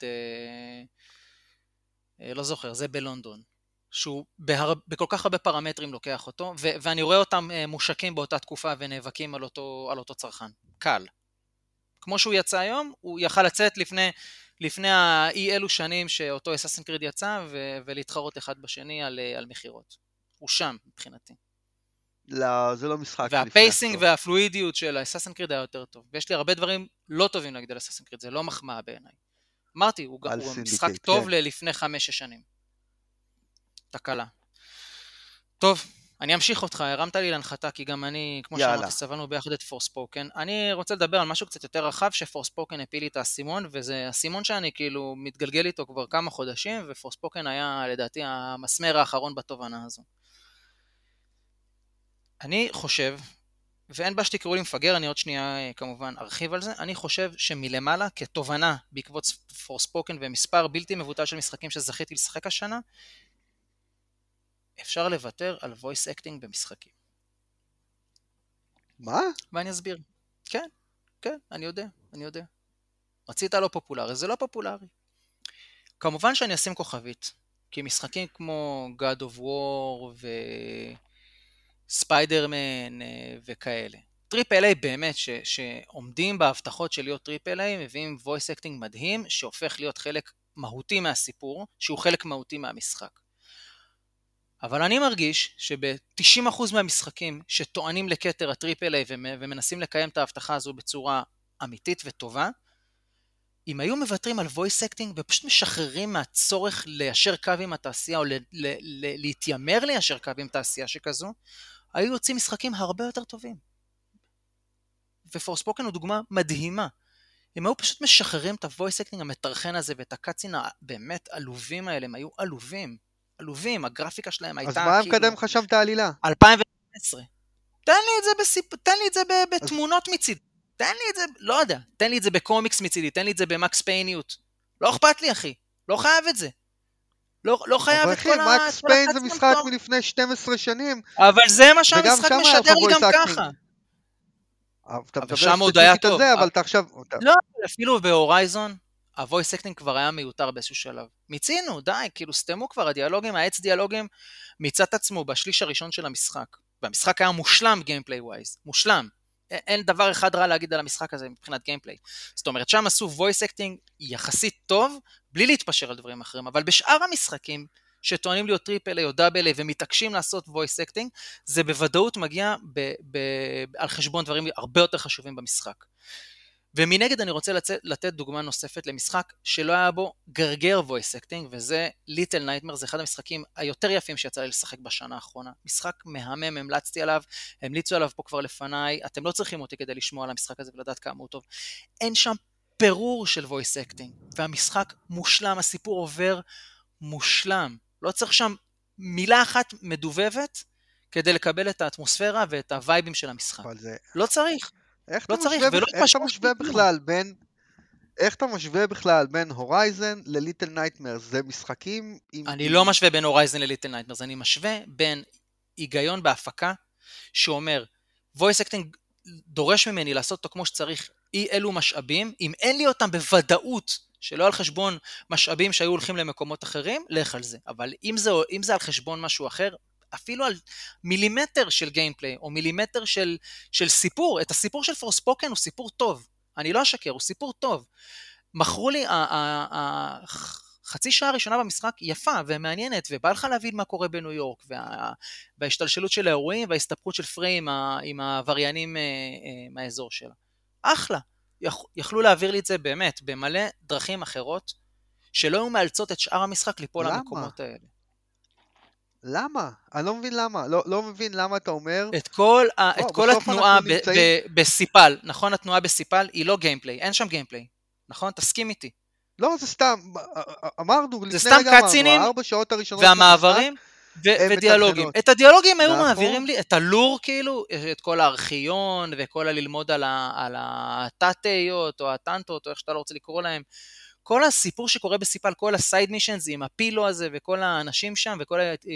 לא זוכר, זה בלונדון. שהוא בכל כך הרבה פרמטרים לוקח אותו, ואני רואה אותם מושקים באותה תקופה ונאבקים על אותו צרכן. קל. כמו שהוא יצא היום, הוא יכל לצאת לפני האי אלו שנים שאותו אסאסין קריד יצא, ולהתחרות אחד בשני על מחירות. הוא שם מבחינתי. לא, זה לא משחק. והפייסינג והפלואידיות של האסאסין קריד היה יותר טוב. ויש לי הרבה דברים לא טובים להגיד על אסאסין קריד, זה לא מחמאה בעיניי. אמרתי, הוא משחק טוב ללפני 5-6 שנים. תקלה. טוב, אני אמשיך אותך, הרמת לי להנחתה, כי גם אני, כמו שאמרתי, סבלנו ביחד את פורספוקן. אני רוצה לדבר על משהו קצת יותר רחב, שפורספוקן הפיל לי את האסימון, וזה הסימון שאני כאילו מתגלגל איתו כבר כמה חודשים, ופורספוקן היה לדעתי המסמר האחרון בתובנה הזו. אני חושב, ואין בה שתקראו לי מפגר, אני עוד שנייה כמובן ארחיב על זה, אני חושב שמלמעלה כתובנה בעקבות פורספוקן ומספר בלתי מבוטל של משחקים שזכיתי לשחק השנה, אפשר לוותר על voice acting במשחקים. מה? ואני אסביר. כן, אני יודע. רצית לא פופולרי, זה לא פופולרי. כמובן שאני אשים כוכבית, כי משחקים כמו God of War וספיידרמן וכאלה. טריפל איי באמת שעומדים בהבטחות של להיות טריפל איי, מביאים voice acting מדהים, שהופך להיות חלק מהותי מהסיפור, שהוא חלק מהותי מהמשחק. אבל אני מרגיש שב-90% מהמשחקים שטוענים לכתר הטריפל איי ומנסים לקיים את ההבטחה הזו בצורה אמיתית וטובה, אם היו מוותרים על voice acting ופשוט משחררים מהצורך ליישר קו עם התעשייה או להתיימר ליישר קו עם תעשייה שכזו, היו יוצאים משחקים הרבה יותר טובים. ופורספוקן הוא דוגמה מדהימה. אם היו פשוט משחררים את ה-voice acting המתרחן הזה ואת הקאצין הבאמת עלובים האלה, הם היו עלובים, הגרפיקה שלהם הייתה כאילו... אז מה מקדם חשב את העלילה? 2015. תן לי את זה בתמונות מצידי. תן לי את זה, לא יודע, תן לי את זה בקומיקס מצידי, תן לי את זה במקס פייניות. לא אכפת לי, אחי. לא חייב את זה. לא חייב את כל ה... מקס פיין זה משחק מלפני 12 שנים. אבל זה מה שהמשחק משדר לי גם ככה. אבל שם עוד היה טוב. אבל אתה עכשיו... לא, אפילו בהורייזון, הוויס אקטינג כבר היה מיותר באיזשהו שלב. מיצינו, די, כאילו סתמו כבר הדיאלוגים, העץ דיאלוגים מיצה את עצמו בשליש הראשון של המשחק. והמשחק היה מושלם גיימפליי ווייז, מושלם. אין דבר אחד רע להגיד על המשחק הזה מבחינת גיימפליי. זאת אומרת, שם עשו voice acting יחסית טוב, בלי להתפשר על דברים אחרים, אבל בשאר המשחקים שטוענים להיות טריפל איי או דאבל איי ומתעקשים לעשות voice acting, זה בוודאות מגיע על חשבון דברים הרבה יותר חשובים במשחק. ומנגד אני רוצה לתת דוגמה נוספת למשחק שלא היה בו גרגר voice acting, וזה Little Nightmares, זה אחד המשחקים היותר יפים שיצא לי לשחק בשנה האחרונה. משחק מהמם, המליצו עליו פה כבר לפניי, אתם לא צריכים אותי כדי לשמוע על המשחק הזה ולדעת כמה הוא טוב. אין שם פירור של voice acting, והמשחק מושלם, הסיפור עובר מושלם. לא צריך שם מילה אחת מדובבת כדי לקבל את האטמוספירה ואת הווייבים של המשחק. לא צריך. איך אתה משווה בכלל בין הורייזן לליטל נייטמרס? זה משחקים עם... אני לא משווה בין הורייזן לליטל נייטמרס, אני משווה בין היגיון בהפקה שאומר, voice acting דורש ממני לעשות אותו כמו שצריך, אי אלו משאבים, אם אין לי אותם בוודאות שלא על חשבון משאבים שהיו הולכים למקומות אחרים, לך על זה. אבל אם זה על חשבון משהו אחר, אפילו על מילימטר של גיימפליי, או מילימטר של סיפור, את הסיפור של פורספוקן הוא סיפור טוב, אני לא אשקר, הוא סיפור טוב. מכרו לי, החצי שעה הראשונה במשחק יפה ומעניינת, ובא לך להבין מה קורה בניו יורק, וההשתלשלות של האירועים, וההסתפקות של פריי עם העבריינים מהאזור שלה. אחלה, יכלו להעביר לי את זה באמת, במלא דרכים אחרות, שלא היו מאלצות את שאר המשחק ליפול למקומות האלה. למה? אני לא מבין למה. לא מבין למה אתה אומר... את כל התנועה בסיפל, נכון? התנועה בסיפל היא לא גיימפליי, אין שם גיימפליי. נכון? תסכים איתי. לא, זה סתם, אמרנו, זה סתם קאצינים, והמעברים ודיאלוגים. את הדיאלוגים היו מעבירים לי, את הלור כאילו, את כל הארכיון, וכל הללמוד על התת-תאיות, או הטנטות, או איך שאתה לא רוצה לקרוא להם. כל הסיפור שקורה בסיפל, כל הסייד מישנס עם הפילו הזה, וכל האנשים שם, וכל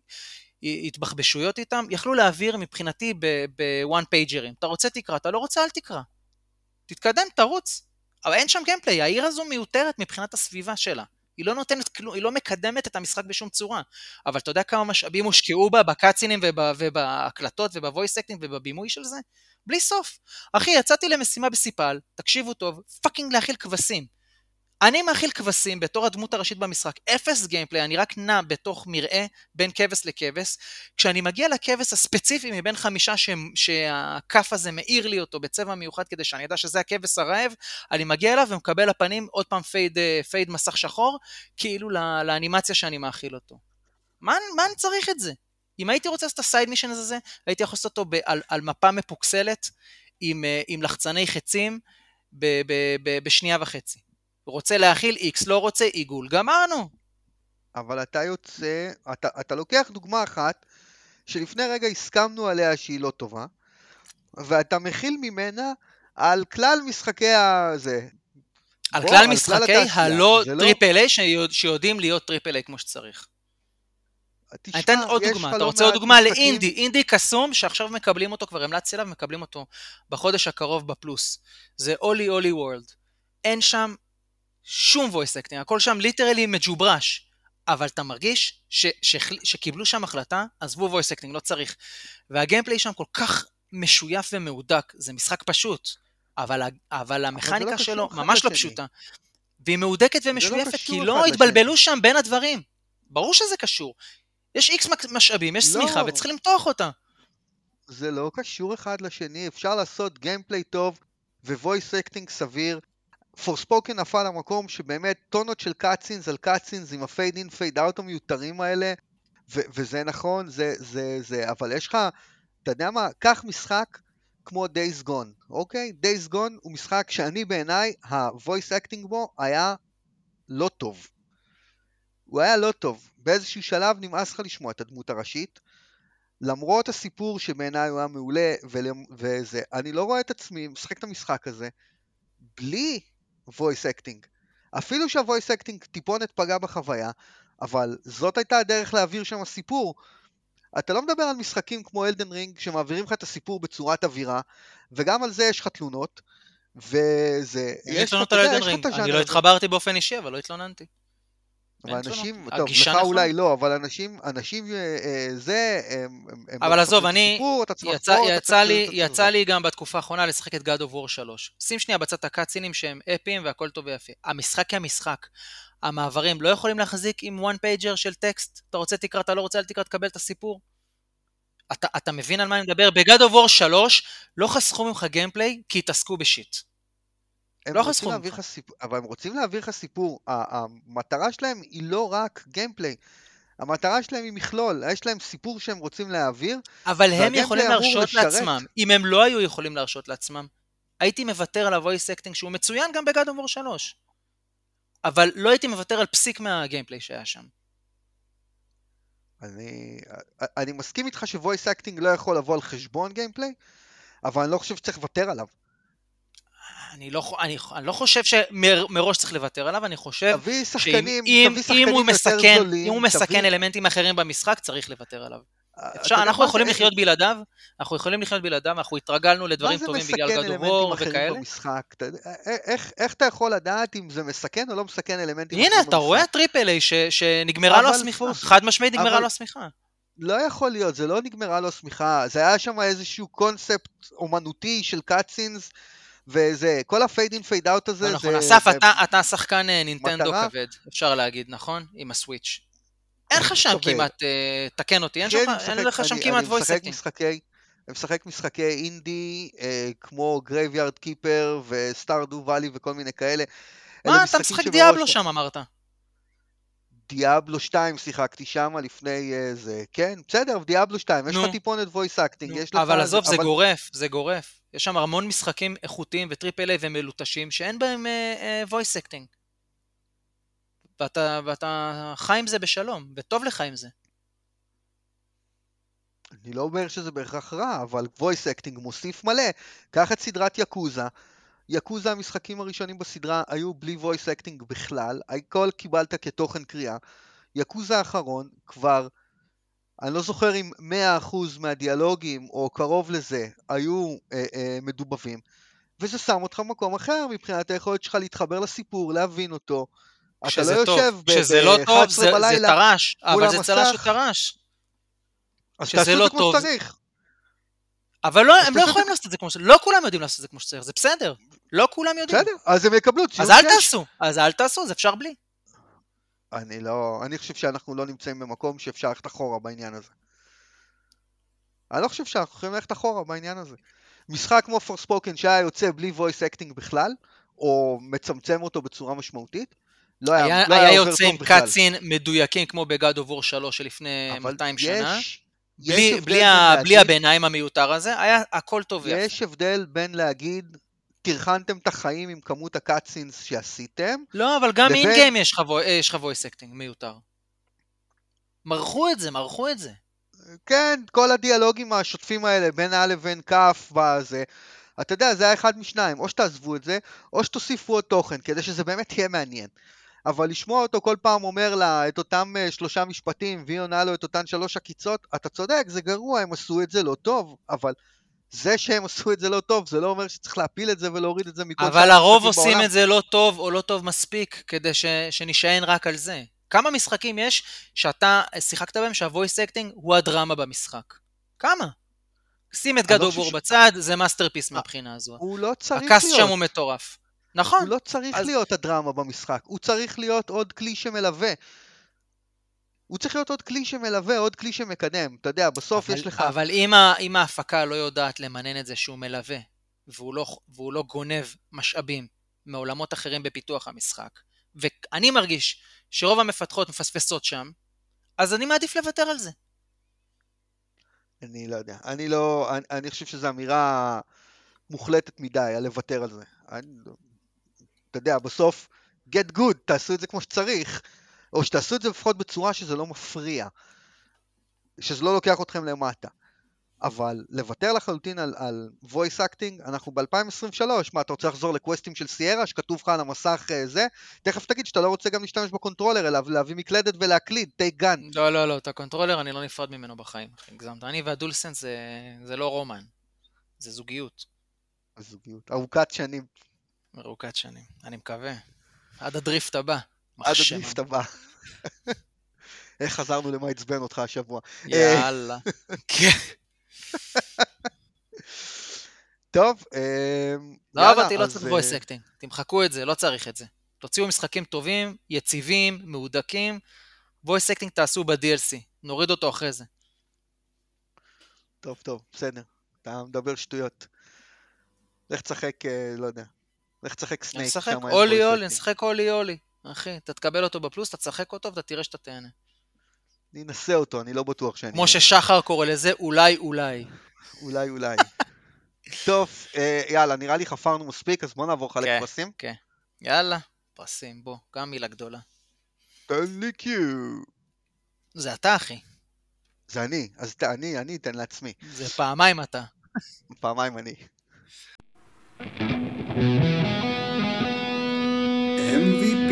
התבחבשויות איתם, יכלו להעביר מבחינתי בוואן פייג'רים. אתה רוצה תקרא, אתה לא רוצה אל תקרא. תתקדם, תרוץ. אבל אין שם גיימפליי, העיר הזו מיותרת מבחינת הסביבה שלה. היא לא נותנת כלום, היא לא מקדמת את המשחק בשום צורה. אבל אתה יודע כמה משאבים הושקעו בה, בקאצינים ובהקלטות ובוויס אקטינג ובבימוי של זה? בלי סוף. אחי, יצאתי למשימה בסיפל, תקשיבו טוב, פאקינג להכיל כבשים. אני מאכיל כבשים בתור הדמות הראשית במשחק, אפס גיימפליי, אני רק נע בתוך מראה בין כבש לכבש, כשאני מגיע לכבש הספציפי מבין 5 שהכף הזה מאיר לי אותו בצבע מיוחד כדי שאני ידע שזה הכבש הרעב, אני מגיע אליו ומקבל לפנים עוד פעם פייד מסך שחור, כאילו לאנימציה שאני מאכיל אותו. מה אני צריך את זה? אם הייתי רוצה לעשות את הסייד מישן הזה, הייתי יכול לעשות אותו על מפה מפוקסלת, עם לחצני חצים, בשנייה וחצי. רוצה להכיל X, לא רוצה עיגול, גמרנו. אבל אתה יוצא, אתה לוקח דוגמה אחת, שלפני רגע הסכמנו עליה שהיא לא טובה, ואתה מכיל ממנה על כלל משחקי הזה. על כלל משחקי הלא טריפל איי, שיודעים להיות טריפל איי כמו שצריך. אני אתן עוד דוגמה, אתה רוצה עוד דוגמה לאינדי, אינדי קסום, שעכשיו מקבלים אותו, כבר המלצתי עליו, מקבלים אותו בחודש הקרוב בפלוס. זה אולי וורלד. אין שם שום voice acting, הכל שם ליטרלי מג'וברש, אבל אתה מרגיש שקיבלו שם החלטה, עזבו voice acting, לא צריך. והגיימפליי שם כל כך משויף ומהודק, זה משחק פשוט, אבל המכניקה שלו ממש לא פשוטה, והיא מהודקת ומשויפת, כי לא התבלבלו שם בין הדברים. ברור שזה קשור. יש איקס משאבים, יש סמיכה, וצריך למתוח אותה. זה לא קשור אחד לשני, אפשר לעשות גיימפליי טוב, ו-voice acting סביר. Forspoken נפל למקום שבאמת טונות של קאצינס על קאצינס עם הפייד אין פייד אאוט המיותרים האלה, וזה נכון, אבל יש לך, אתה יודע מה, קח משחק כמו Days Gone, אוקיי? Days Gone הוא משחק שאני בעיניי, ה-voice acting בו היה לא טוב. הוא היה לא טוב. באיזשהו שלב נמאס לך לשמוע את הדמות הראשית, למרות הסיפור שבעיניי הוא היה מעולה, וזה, אני לא רואה את עצמי משחק את המשחק הזה, בלי voice acting. אפילו שה-voice acting טיפונת פגע בחוויה, אבל זאת הייתה הדרך להעביר שם הסיפור. אתה לא מדבר על משחקים כמו אלדן רינג, שמעבירים לך את הסיפור בצורת אווירה, וגם על זה יש לך תלונות, וזה... יש תלונות על אלדן רינג, אני לא התחברתי באופן אישי, אבל לא התלוננתי. אבל אנשים, טוב, לך אולי לא, אבל אנשים זה, אבל עזוב, אני, יצא לי גם בתקופה האחרונה לשחק את God of War 3. שים שנייה בצד הקאצינים שהם אפיים והכל טוב ויפה. המשחק כמשחק. המעברים לא יכולים להחזיק עם one pager של טקסט. אתה רוצה תקרא, אתה לא רוצה, אל תקרא, תקבל את הסיפור. אתה מבין על מה אני מדבר? ב-God of War 3 לא חסכו ממך גיימפליי כי התעסקו בשיט. אבל הם רוצים להעביר לך סיפור. המטרה שלהם היא לא רק גיימפליי. המטרה שלהם היא מכלול. יש להם סיפור שהם רוצים להעביר. אבל הם יכולים להרשות לעצמם. אם הם לא היו יכולים להרשות לעצמם, הייתי מוותר על ה-voice acting שהוא מצוין גם ב-God of War 3. אבל לא הייתי מוותר על פסיק מהגיימפליי שהיה שם. אני מסכים איתך ש-voice acting לא יכול לבוא על חשבון גיימפליי, אבל אני לא חושב שצריך לוותר עליו. אני לא חושב שמראש צריך לוותר עליו, אני חושב שאם הוא מסכן אלמנטים אחרים במשחק, צריך לוותר עליו. אנחנו יכולים לחיות בלעדיו, אנחנו התרגלנו לדברים טובים בגלל God of War וכאלה. איך אתה יכול לדעת אם זה מסכן או לא מסכן אלמנטים אחרים במשחק? הנה, אתה רואה טריפל איי שנגמרה לו הסמיכה, חד משמעית נגמרה לו הסמיכה. לא יכול להיות, זה לא נגמרה לו הסמיכה, זה היה שם איזשהו קונספט אומנותי של קאצינס, וזה, כל הפייד אין פייד אאוט הזה, נכון, אסף, אתה שחקן נינטנדו כבד, אפשר להגיד, נכון? עם הסוויץ'. אין לך שם כמעט, תקן אותי, אין לך שם כמעט voice acting. אני משחק משחקי אינדי, כמו Graveyard Keeper וסטארדו ואלי וכל מיני כאלה. מה, אתה משחק דיאבלו שם, אמרת? דיאבלו 2 שיחקתי שם לפני זה, כן, בסדר, דיאבלו 2, יש לך טיפונת voice acting, אבל עזוב, זה גורף, יש שם המון משחקים איכותיים וטריפל איי ומלוטשים שאין בהם voice acting, ואתה חי עם זה בשלום, וטוב לך עם זה. אני לא אומר שזה בהכרח רע, אבל voice acting מוסיף מלא, קח את סדרת יקוזה, יקוזה המשחקים הראשונים בסדרה היו בלי voice acting בכלל, הכל קיבלת כתוכן קריאה, יקוזה האחרון כבר אני לא זוכר אם 100% מהדיאלוגים, או קרוב לזה, היו מדובבים, וזה שם אותך במקום אחר, מבחינת היכולת שלך להתחבר לסיפור, להבין אותו. אתה לא כשזה טוב. יושב כשזה לא טוב, ב-11 זה בלילה טרש, מול אבל זה צלש המסך, וטרש. אז כשזה תעשו את לא זה כמו טוב, שצריך. אבל לא, אז הם לא תעשו את זה יכולים לעשות את זה כמו שצריך, לא כולם יודעים לעשות את זה כמו שצריך, זה בסדר. לא כולם יודעים. בסדר, אז הם יקבלו אז ציון אל 6. תעשו, אז אל תעשו, זה אפשר בלי. אני חושב שאנחנו לא נמצאים במקום שאפשר ללכת אחורה בעניין הזה. אני לא חושב שאנחנו יכולים ללכת אחורה בעניין הזה. משחק כמו Forspoken שהיה יוצא בלי voice acting בכלל, או מצמצם אותו בצורה משמעותית, לא היה היה עובר יוצא עם טוב בכלל. קאצין מדויקים כמו בגד of War 3 שלפני אבל 200 שנה. יש הבדל בין בלי להגיד, הביניים המיותר הזה, היה הכל טוב ויפה. יש הבדל בין להגיד, תרחנתם את החיים עם כמות הקאצינס שעשיתם, לא, אבל גם לבין- אין-גיים יש לך voice acting מיותר. מרחו את זה. כן, כל הדיאלוגים השוטפים האלה, בין א' לבין כ' בזה, אתה יודע, זה היה אחד משניים, או שתעזבו את זה, או שתוסיפו עוד תוכן, כדי שזה באמת יהיה מעניין. אבל לשמוע אותו כל פעם אומר לה את אותם 3 משפטים, והיא עונה לו את אותן 3 עקיצות, אתה צודק, זה גרוע, הם עשו את זה לא טוב, אבל זה שהם עשו את זה לא טוב, זה לא אומר שצריך להפיל את זה ולהוריד את זה מכל שאר אבל הרוב המשחקים עושים בעולם. את זה לא טוב או לא טוב מספיק, כדי שנשען רק על זה. כמה משחקים יש שאתה שיחקת בהם שהוויס אקטינג הוא הדרמה במשחק? כמה? שים את אני God לא of חושב War ש- בצד, זה מאסטרפיס מהבחינה הזו. הוא לא צריך הקאסט להיות. שם הוא מטורף. נכון. הוא לא צריך אז- להיות הדרמה במשחק, הוא צריך להיות עוד כלי שמלווה. הוא צריך להיות עוד כלי שמלווה, עוד כלי שמקדם. אתה יודע, בסוף יש לך... אבל אם ההפקה לא יודעת למנן את זה שהוא מלווה, והוא לא גונב משאבים מעולמות אחרים בפיתוח המשחק, ואני מרגיש שרוב המפתחות מפספסות שם, אז אני מעדיף לוותר על זה. אני לא יודע. אני חושב שזו אמירה מוחלטת מדי, על לוותר על זה. אתה יודע, בסוף, get good, תעשו את זה כמו שצריך, או שתעשו את זה לפחות בצורה שזה לא מפריע, שזה לא לוקח אתכם למטה. אבל לוותר לחלוטין על voice acting, אנחנו ב-2023, מה, אתה רוצה לחזור לקווסטים של סיירה, שכתוב לך על המסך זה? תכף תגיד שאתה לא רוצה גם להשתמש בקונטרולר, אלא להביא מקלדת ולהקליד, take gun. לא, את הקונטרולר אני לא נפרד ממנו בחיים. הגזמת. אני והדולסנס זה לא רומן, זה זוגיות. הזוגיות, ארוכת שנים, ארוכת שנים, אני מקווה. עד הדריפט הבא. עד הדריפט הבא. איך חזרנו למה עצבן אותך השבוע. יאללה. כן. טוב, לא אהבתי, לא צריך voice acting. תמחקו את זה, לא צריך את זה. תוציאו משחקים טובים, יציבים, מהודקים. voice acting תעשו ב-DLC. נוריד אותו אחרי זה. טוב, בסדר. אתה מדבר שטויות. לך תשחק, לא יודע. לך תשחק סנייק. נשחק אולי, נשחק אולי. אחי, אתה תקבל אותו בפלוס, אתה תשחק אותו ואתה תראה שאתה תהנה. אני אנסה אותו, אני לא בטוח שאני... כמו ששחר קורא לזה, אולי. אולי. טוב, יאללה, נראה לי חפרנו מספיק, אז בוא נעבור חלק פרסים. כן. יאללה, פרסים, בוא, גם מילה גדולה. תן לי קיו. זה אתה, אחי. זה אני, אז אני אתן לעצמי. זה פעמיים אתה. פעמיים אני. MVP.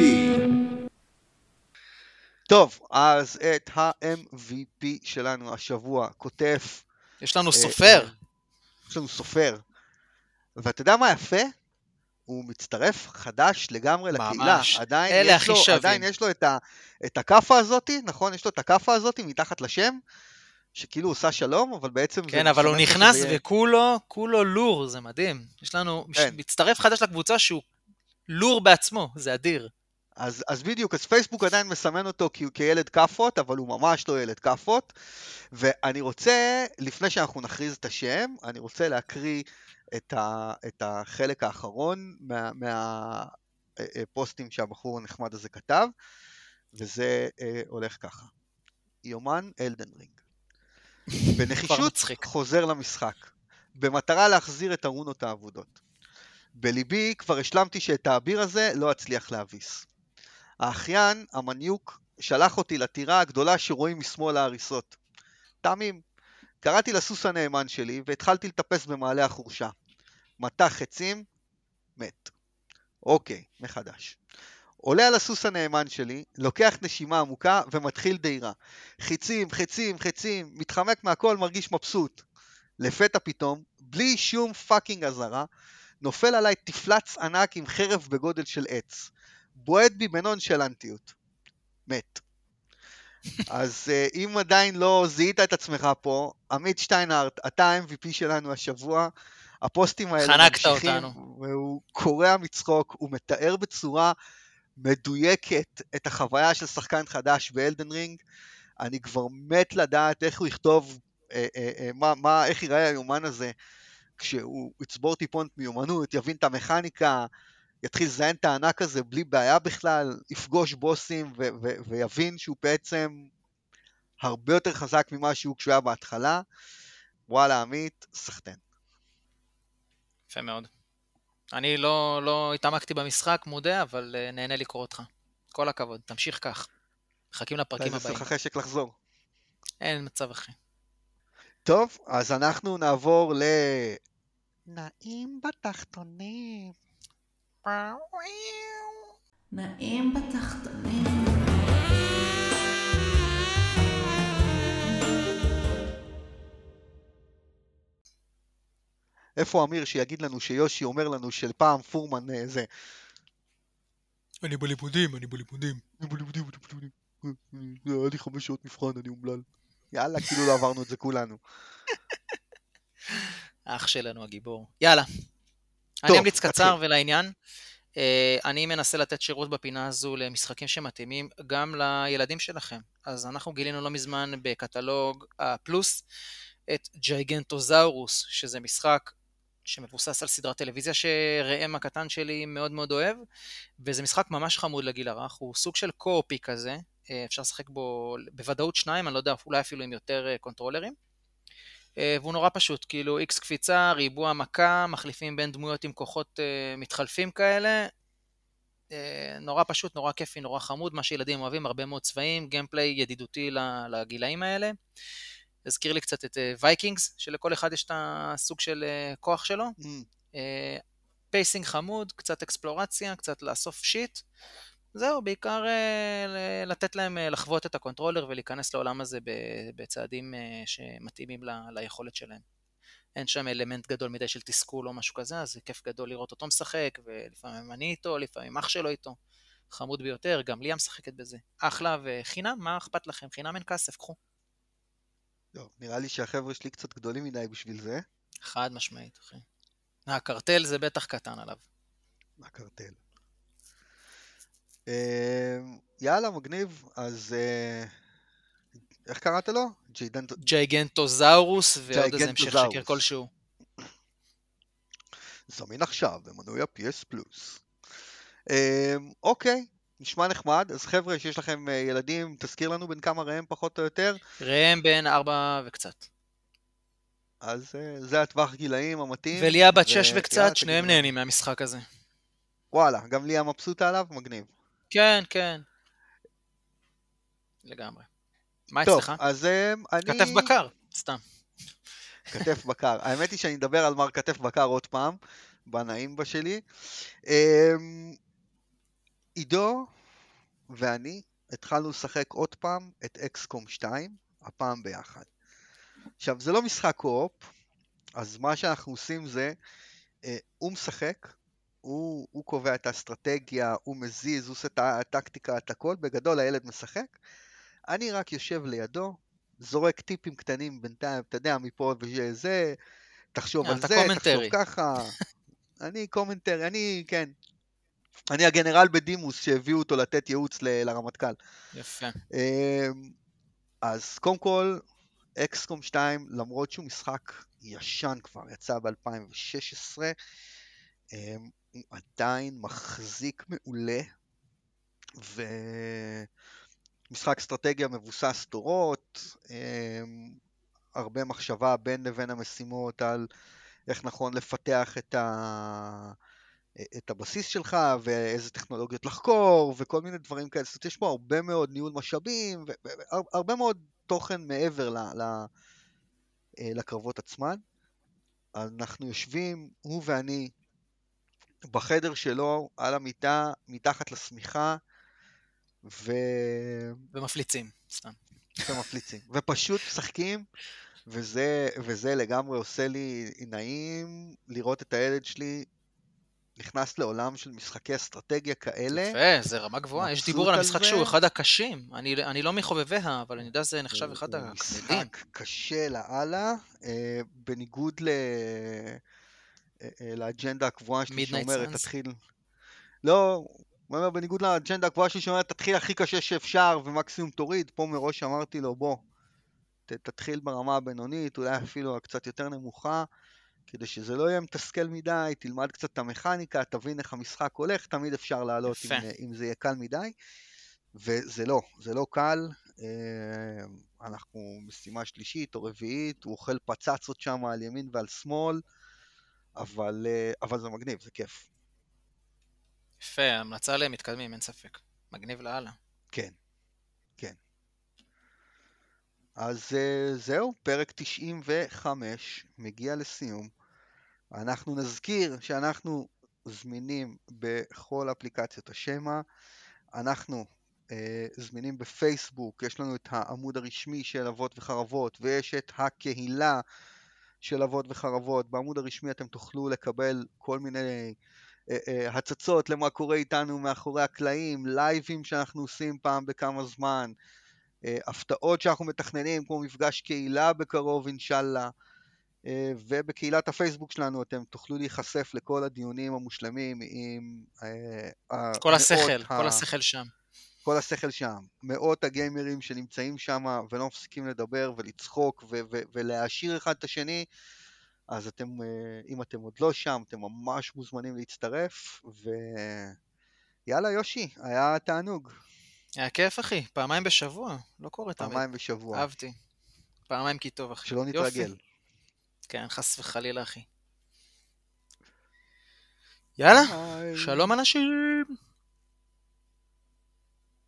טוב, אז את ה-MVP שלנו השבוע כותב... יש לנו סופר. יש לנו סופר. ואתה יודע מה יפה? הוא מצטרף חדש לגמרי לקהילה. ממש. עדיין אלה הכי שווים. עדיין יש לו את הכאפה הזאת, נכון? יש לו את הכאפה הזאת מתחת לשם, שכאילו עושה שלום, אבל בעצם... כן, אבל הוא נכנס וכולו לור, זה מדהים. יש לנו מצטרף חדש לקבוצה שהוא לור בעצמו, זה אדיר. אז בדיוק, אז פייסבוק עדיין מסמן אותו כילד כפות, אבל הוא ממש לא ילד כפות, ואני רוצה, לפני שאנחנו נכריז את השם, אני רוצה להקריא את החלק האחרון מהפוסטים שהבחור הנחמד הזה כתב, וזה הולך ככה. יומן אלדן רינג. בנחישות חוזר למשחק, במטרה להחזיר את ארונות האבודות. בליבי כבר השלמתי שאת האביר הזה לא אצליח להביס. האחיין, המניוק, שלח אותי לטירה הגדולה שרואים משמאל ההריסות. תמים, קראתי לסוס הנאמן שלי והתחלתי לטפס במעלה החורשה. מתח חצים, מת. אוקיי, מחדש. עולה על הסוס הנאמן שלי, לוקח נשימה עמוקה ומתחיל דהירה. חיצים, חצים, חצים, מתחמק מהכל, מרגיש מבסוט. לפתע פתאום, בלי שום פאקינג הזרה, נופל עליי תפלץ ענק עם חרב בגודל של עץ. בועט בי בנונשלנטיות. מת. אז אם עדיין לא זיהית את עצמך פה, עמית שטיינהרט, אתה ה-MVP שלנו השבוע. הפוסטים האלה חנקת ממשיכים, אותנו. והוא קורע מצחוק, הוא מתאר בצורה מדויקת את החוויה של שחקן חדש באלדן רינג. אני כבר מת לדעת איך הוא יכתוב, איך ייראה היומן הזה, כשהוא יצבור טיפונת מיומנות, יבין את המכניקה, יתחיל לזיין את הענק הזה בלי בעיה בכלל, יפגוש בוסים ויבין שהוא בעצם הרבה יותר חזק ממה שהוא כשהוא היה בהתחלה. וואלה, עמית, סחטן. יפה מאוד. אני לא התעמקתי במשחק, מודה, אבל נהנה לקרוא אותך. כל הכבוד, תמשיך כך. מחכים לפרקים זה הבאים. לך חשק לחזור. אין מצב אחי. טוב, אז אנחנו נעבור נעים בתחתונים. נעים בתחתונים. איפה אמיר שיגיד לנו שיושי אומר לנו של פעם פורמן זה? אני בלימודים. היה לי 5 שעות מבחן, אני אומלל. יאללה, כאילו לא עברנו את זה כולנו. אח שלנו הגיבור. יאללה. טוב, אני אמליץ קצר תתחיל. ולעניין. אני מנסה לתת שירות בפינה הזו למשחקים שמתאימים גם לילדים שלכם. אז אנחנו גילינו לא מזמן בקטלוג הפלוס את ג'יגנטוזאורוס, שזה משחק שמבוסס על סדרת טלוויזיה שראם הקטן שלי מאוד מאוד אוהב, וזה משחק ממש חמוד לגיל הרך, הוא סוג של קו-אופי כזה, אפשר לשחק בו בוודאות 2, אני לא יודע, אולי אפילו עם יותר קונטרולרים, והוא נורא פשוט, כאילו X קפיצה, ריבוע מכה, מחליפים בין דמויות עם כוחות מתחלפים כאלה, נורא פשוט, נורא כיפי, נורא חמוד, מה שילדים אוהבים, הרבה מאוד צבעים, גיימפליי ידידותי לגילאים האלה. הזכיר לי קצת את וייקינגס, שלכל אחד יש את הסוג של כוח שלו. פייסינג חמוד, קצת אקספלורציה, קצת לאסוף שיט. זהו, בעיקר לתת להם לחוות את הקונטרולר ולהיכנס לעולם הזה בצעדים שמתאימים ליכולת שלהם. אין שם אלמנט גדול מדי של תסכול או משהו כזה, אז זה כיף גדול לראות אותו משחק, ולפעמים אני איתו, לפעמים אח שלו איתו. חמוד ביותר, גם ליה משחקת בזה. אחלה וחינם, מה אכפת לכם? חינם אין כסף, קחו. טוב, נראה לי שהחבר'ה שלי קצת גדולים מדי בשביל זה. חד משמעית, אחי. הקרטל זה בטח קטן עליו. הקרטל. יאללה, מגניב. אז איך קראת לו? ג'יגנטוזאורוס ועוד איזה המשך ג'יגנטוזאורוס. שקר כלשהו. זמין עכשיו במנוי ה-PS פלוס. אוקיי, נשמע נחמד. אז חבר'ה שיש לכם ילדים, תזכיר לנו בין כמה ראם פחות או יותר. ראם בן 4 וקצת. אז זה הטווח גילאים המתאים. וליה בת 6 וקצת, שניהם נהנים מהמשחק הזה. וואלה, גם ליה מבסוטה עליו, מגניב. כן, כן. לגמרי. מה טוב, אצלך? אז אני... כתף בקר, סתם. כתף בקר. האמת היא שאני אדבר על מר כתף בקר עוד פעם, בנעים בשלי. עידו ואני התחלנו לשחק עוד פעם את אקסקום 2, הפעם ביחד. עכשיו, זה לא משחק קו-אופ, אז מה שאנחנו עושים זה, הוא משחק, הוא קובע את האסטרטגיה, הוא מזיז, הוא עושה את הטקטיקה, את הכל, בגדול הילד משחק, אני רק יושב לידו, זורק טיפים קטנים בינתיים, אתה יודע, מפה וזה, תחשוב על זה, תחשוב ככה, אני קומנטרי, כן, אני הגנרל בדימוס שהביאו אותו לתת ייעוץ לרמטכ"ל. יפה. אז קודם כל, אקסקום 2, למרות שהוא משחק ישן כבר, יצא ב-2016, הוא עדיין מחזיק מעולה, ומשחק אסטרטגיה מבוסס תורות, הרבה מחשבה בין לבין המשימות על איך נכון לפתח את הבסיס שלך, ואיזה טכנולוגיות לחקור, וכל מיני דברים כאלה. זאת אומרת, יש פה הרבה מאוד ניהול משאבים, והרבה מאוד תוכן מעבר לקרבות עצמן. אנחנו יושבים, הוא ואני, בחדר שלו, על המיטה, מתחת לשמיכה, ומפליצים, סתם. ומפליצים, ופשוט משחקים, וזה לגמרי עושה לי נעים לראות את הילד שלי נכנס לעולם של משחקי אסטרטגיה כאלה. יפה, זה רמה גבוהה. יש דיבור על המשחק שהוא אחד הקשים. אני לא מחובביה, אבל אני יודע שזה נחשב אחד הכבדים. הוא משחק קשה לאללה, בניגוד לאג'נדה הקבועה שלי שאומרת תתחיל... לא, בניגוד לאג'נדה הקבועה שלי שאומרת תתחיל הכי קשה שאפשר ומקסימום תוריד, פה מראש אמרתי לו בוא, תתחיל ברמה הבינונית, אולי אפילו קצת יותר נמוכה, כדי שזה לא יהיה מתסכל מדי, תלמד קצת את המכניקה, תבין איך המשחק הולך, תמיד אפשר לעלות אם זה יהיה קל מדי, וזה לא, זה לא קל, אנחנו משימה שלישית או רביעית, הוא אוכל פצצות שם על ימין ועל שמאל, אבל זה מגניב, זה כיף. יפה, המלצה להם מתקדמים, אין ספק. מגניב להלאה. כן, כן. אז זהו, פרק 95 מגיע לסיום. אנחנו נזכיר שאנחנו זמינים בכל אפליקציות השמה, אנחנו זמינים בפייסבוק, יש לנו את העמוד הרשמי של אבות וחרבות, ויש את הקהילה של אבות וחרבות. בעמוד הרשמי אתם תוכלו לקבל כל מיני הצצות למה קורה איתנו מאחורי הקלעים, לייבים שאנחנו עושים פעם בכמה זמן, הפתעות שאנחנו מתכננים כמו מפגש קהילה בקרוב אינשאללה, ובקהילת הפייסבוק שלנו אתם תוכלו להיחשף לכל הדיונים המושלמים עם כל השכל שם. כל השכל שם, מאות הגיימרים שנמצאים שם ולא מפסיקים לדבר ולצחוק ולהעשיר אחד את השני. אז אתם, אם אתם עוד לא שם, אתם ממש מוזמנים להצטרף, ויאללה יושי, היה תענוג. היה כיף אחי, פעמיים בשבוע, לא קורה תמיד. פעמיים בשבוע. אהבתי. פעמיים כי טוב אחי. שלא נתרגל. יופי. כן, חס וחלילה אחי. יאללה, שלום אנשים.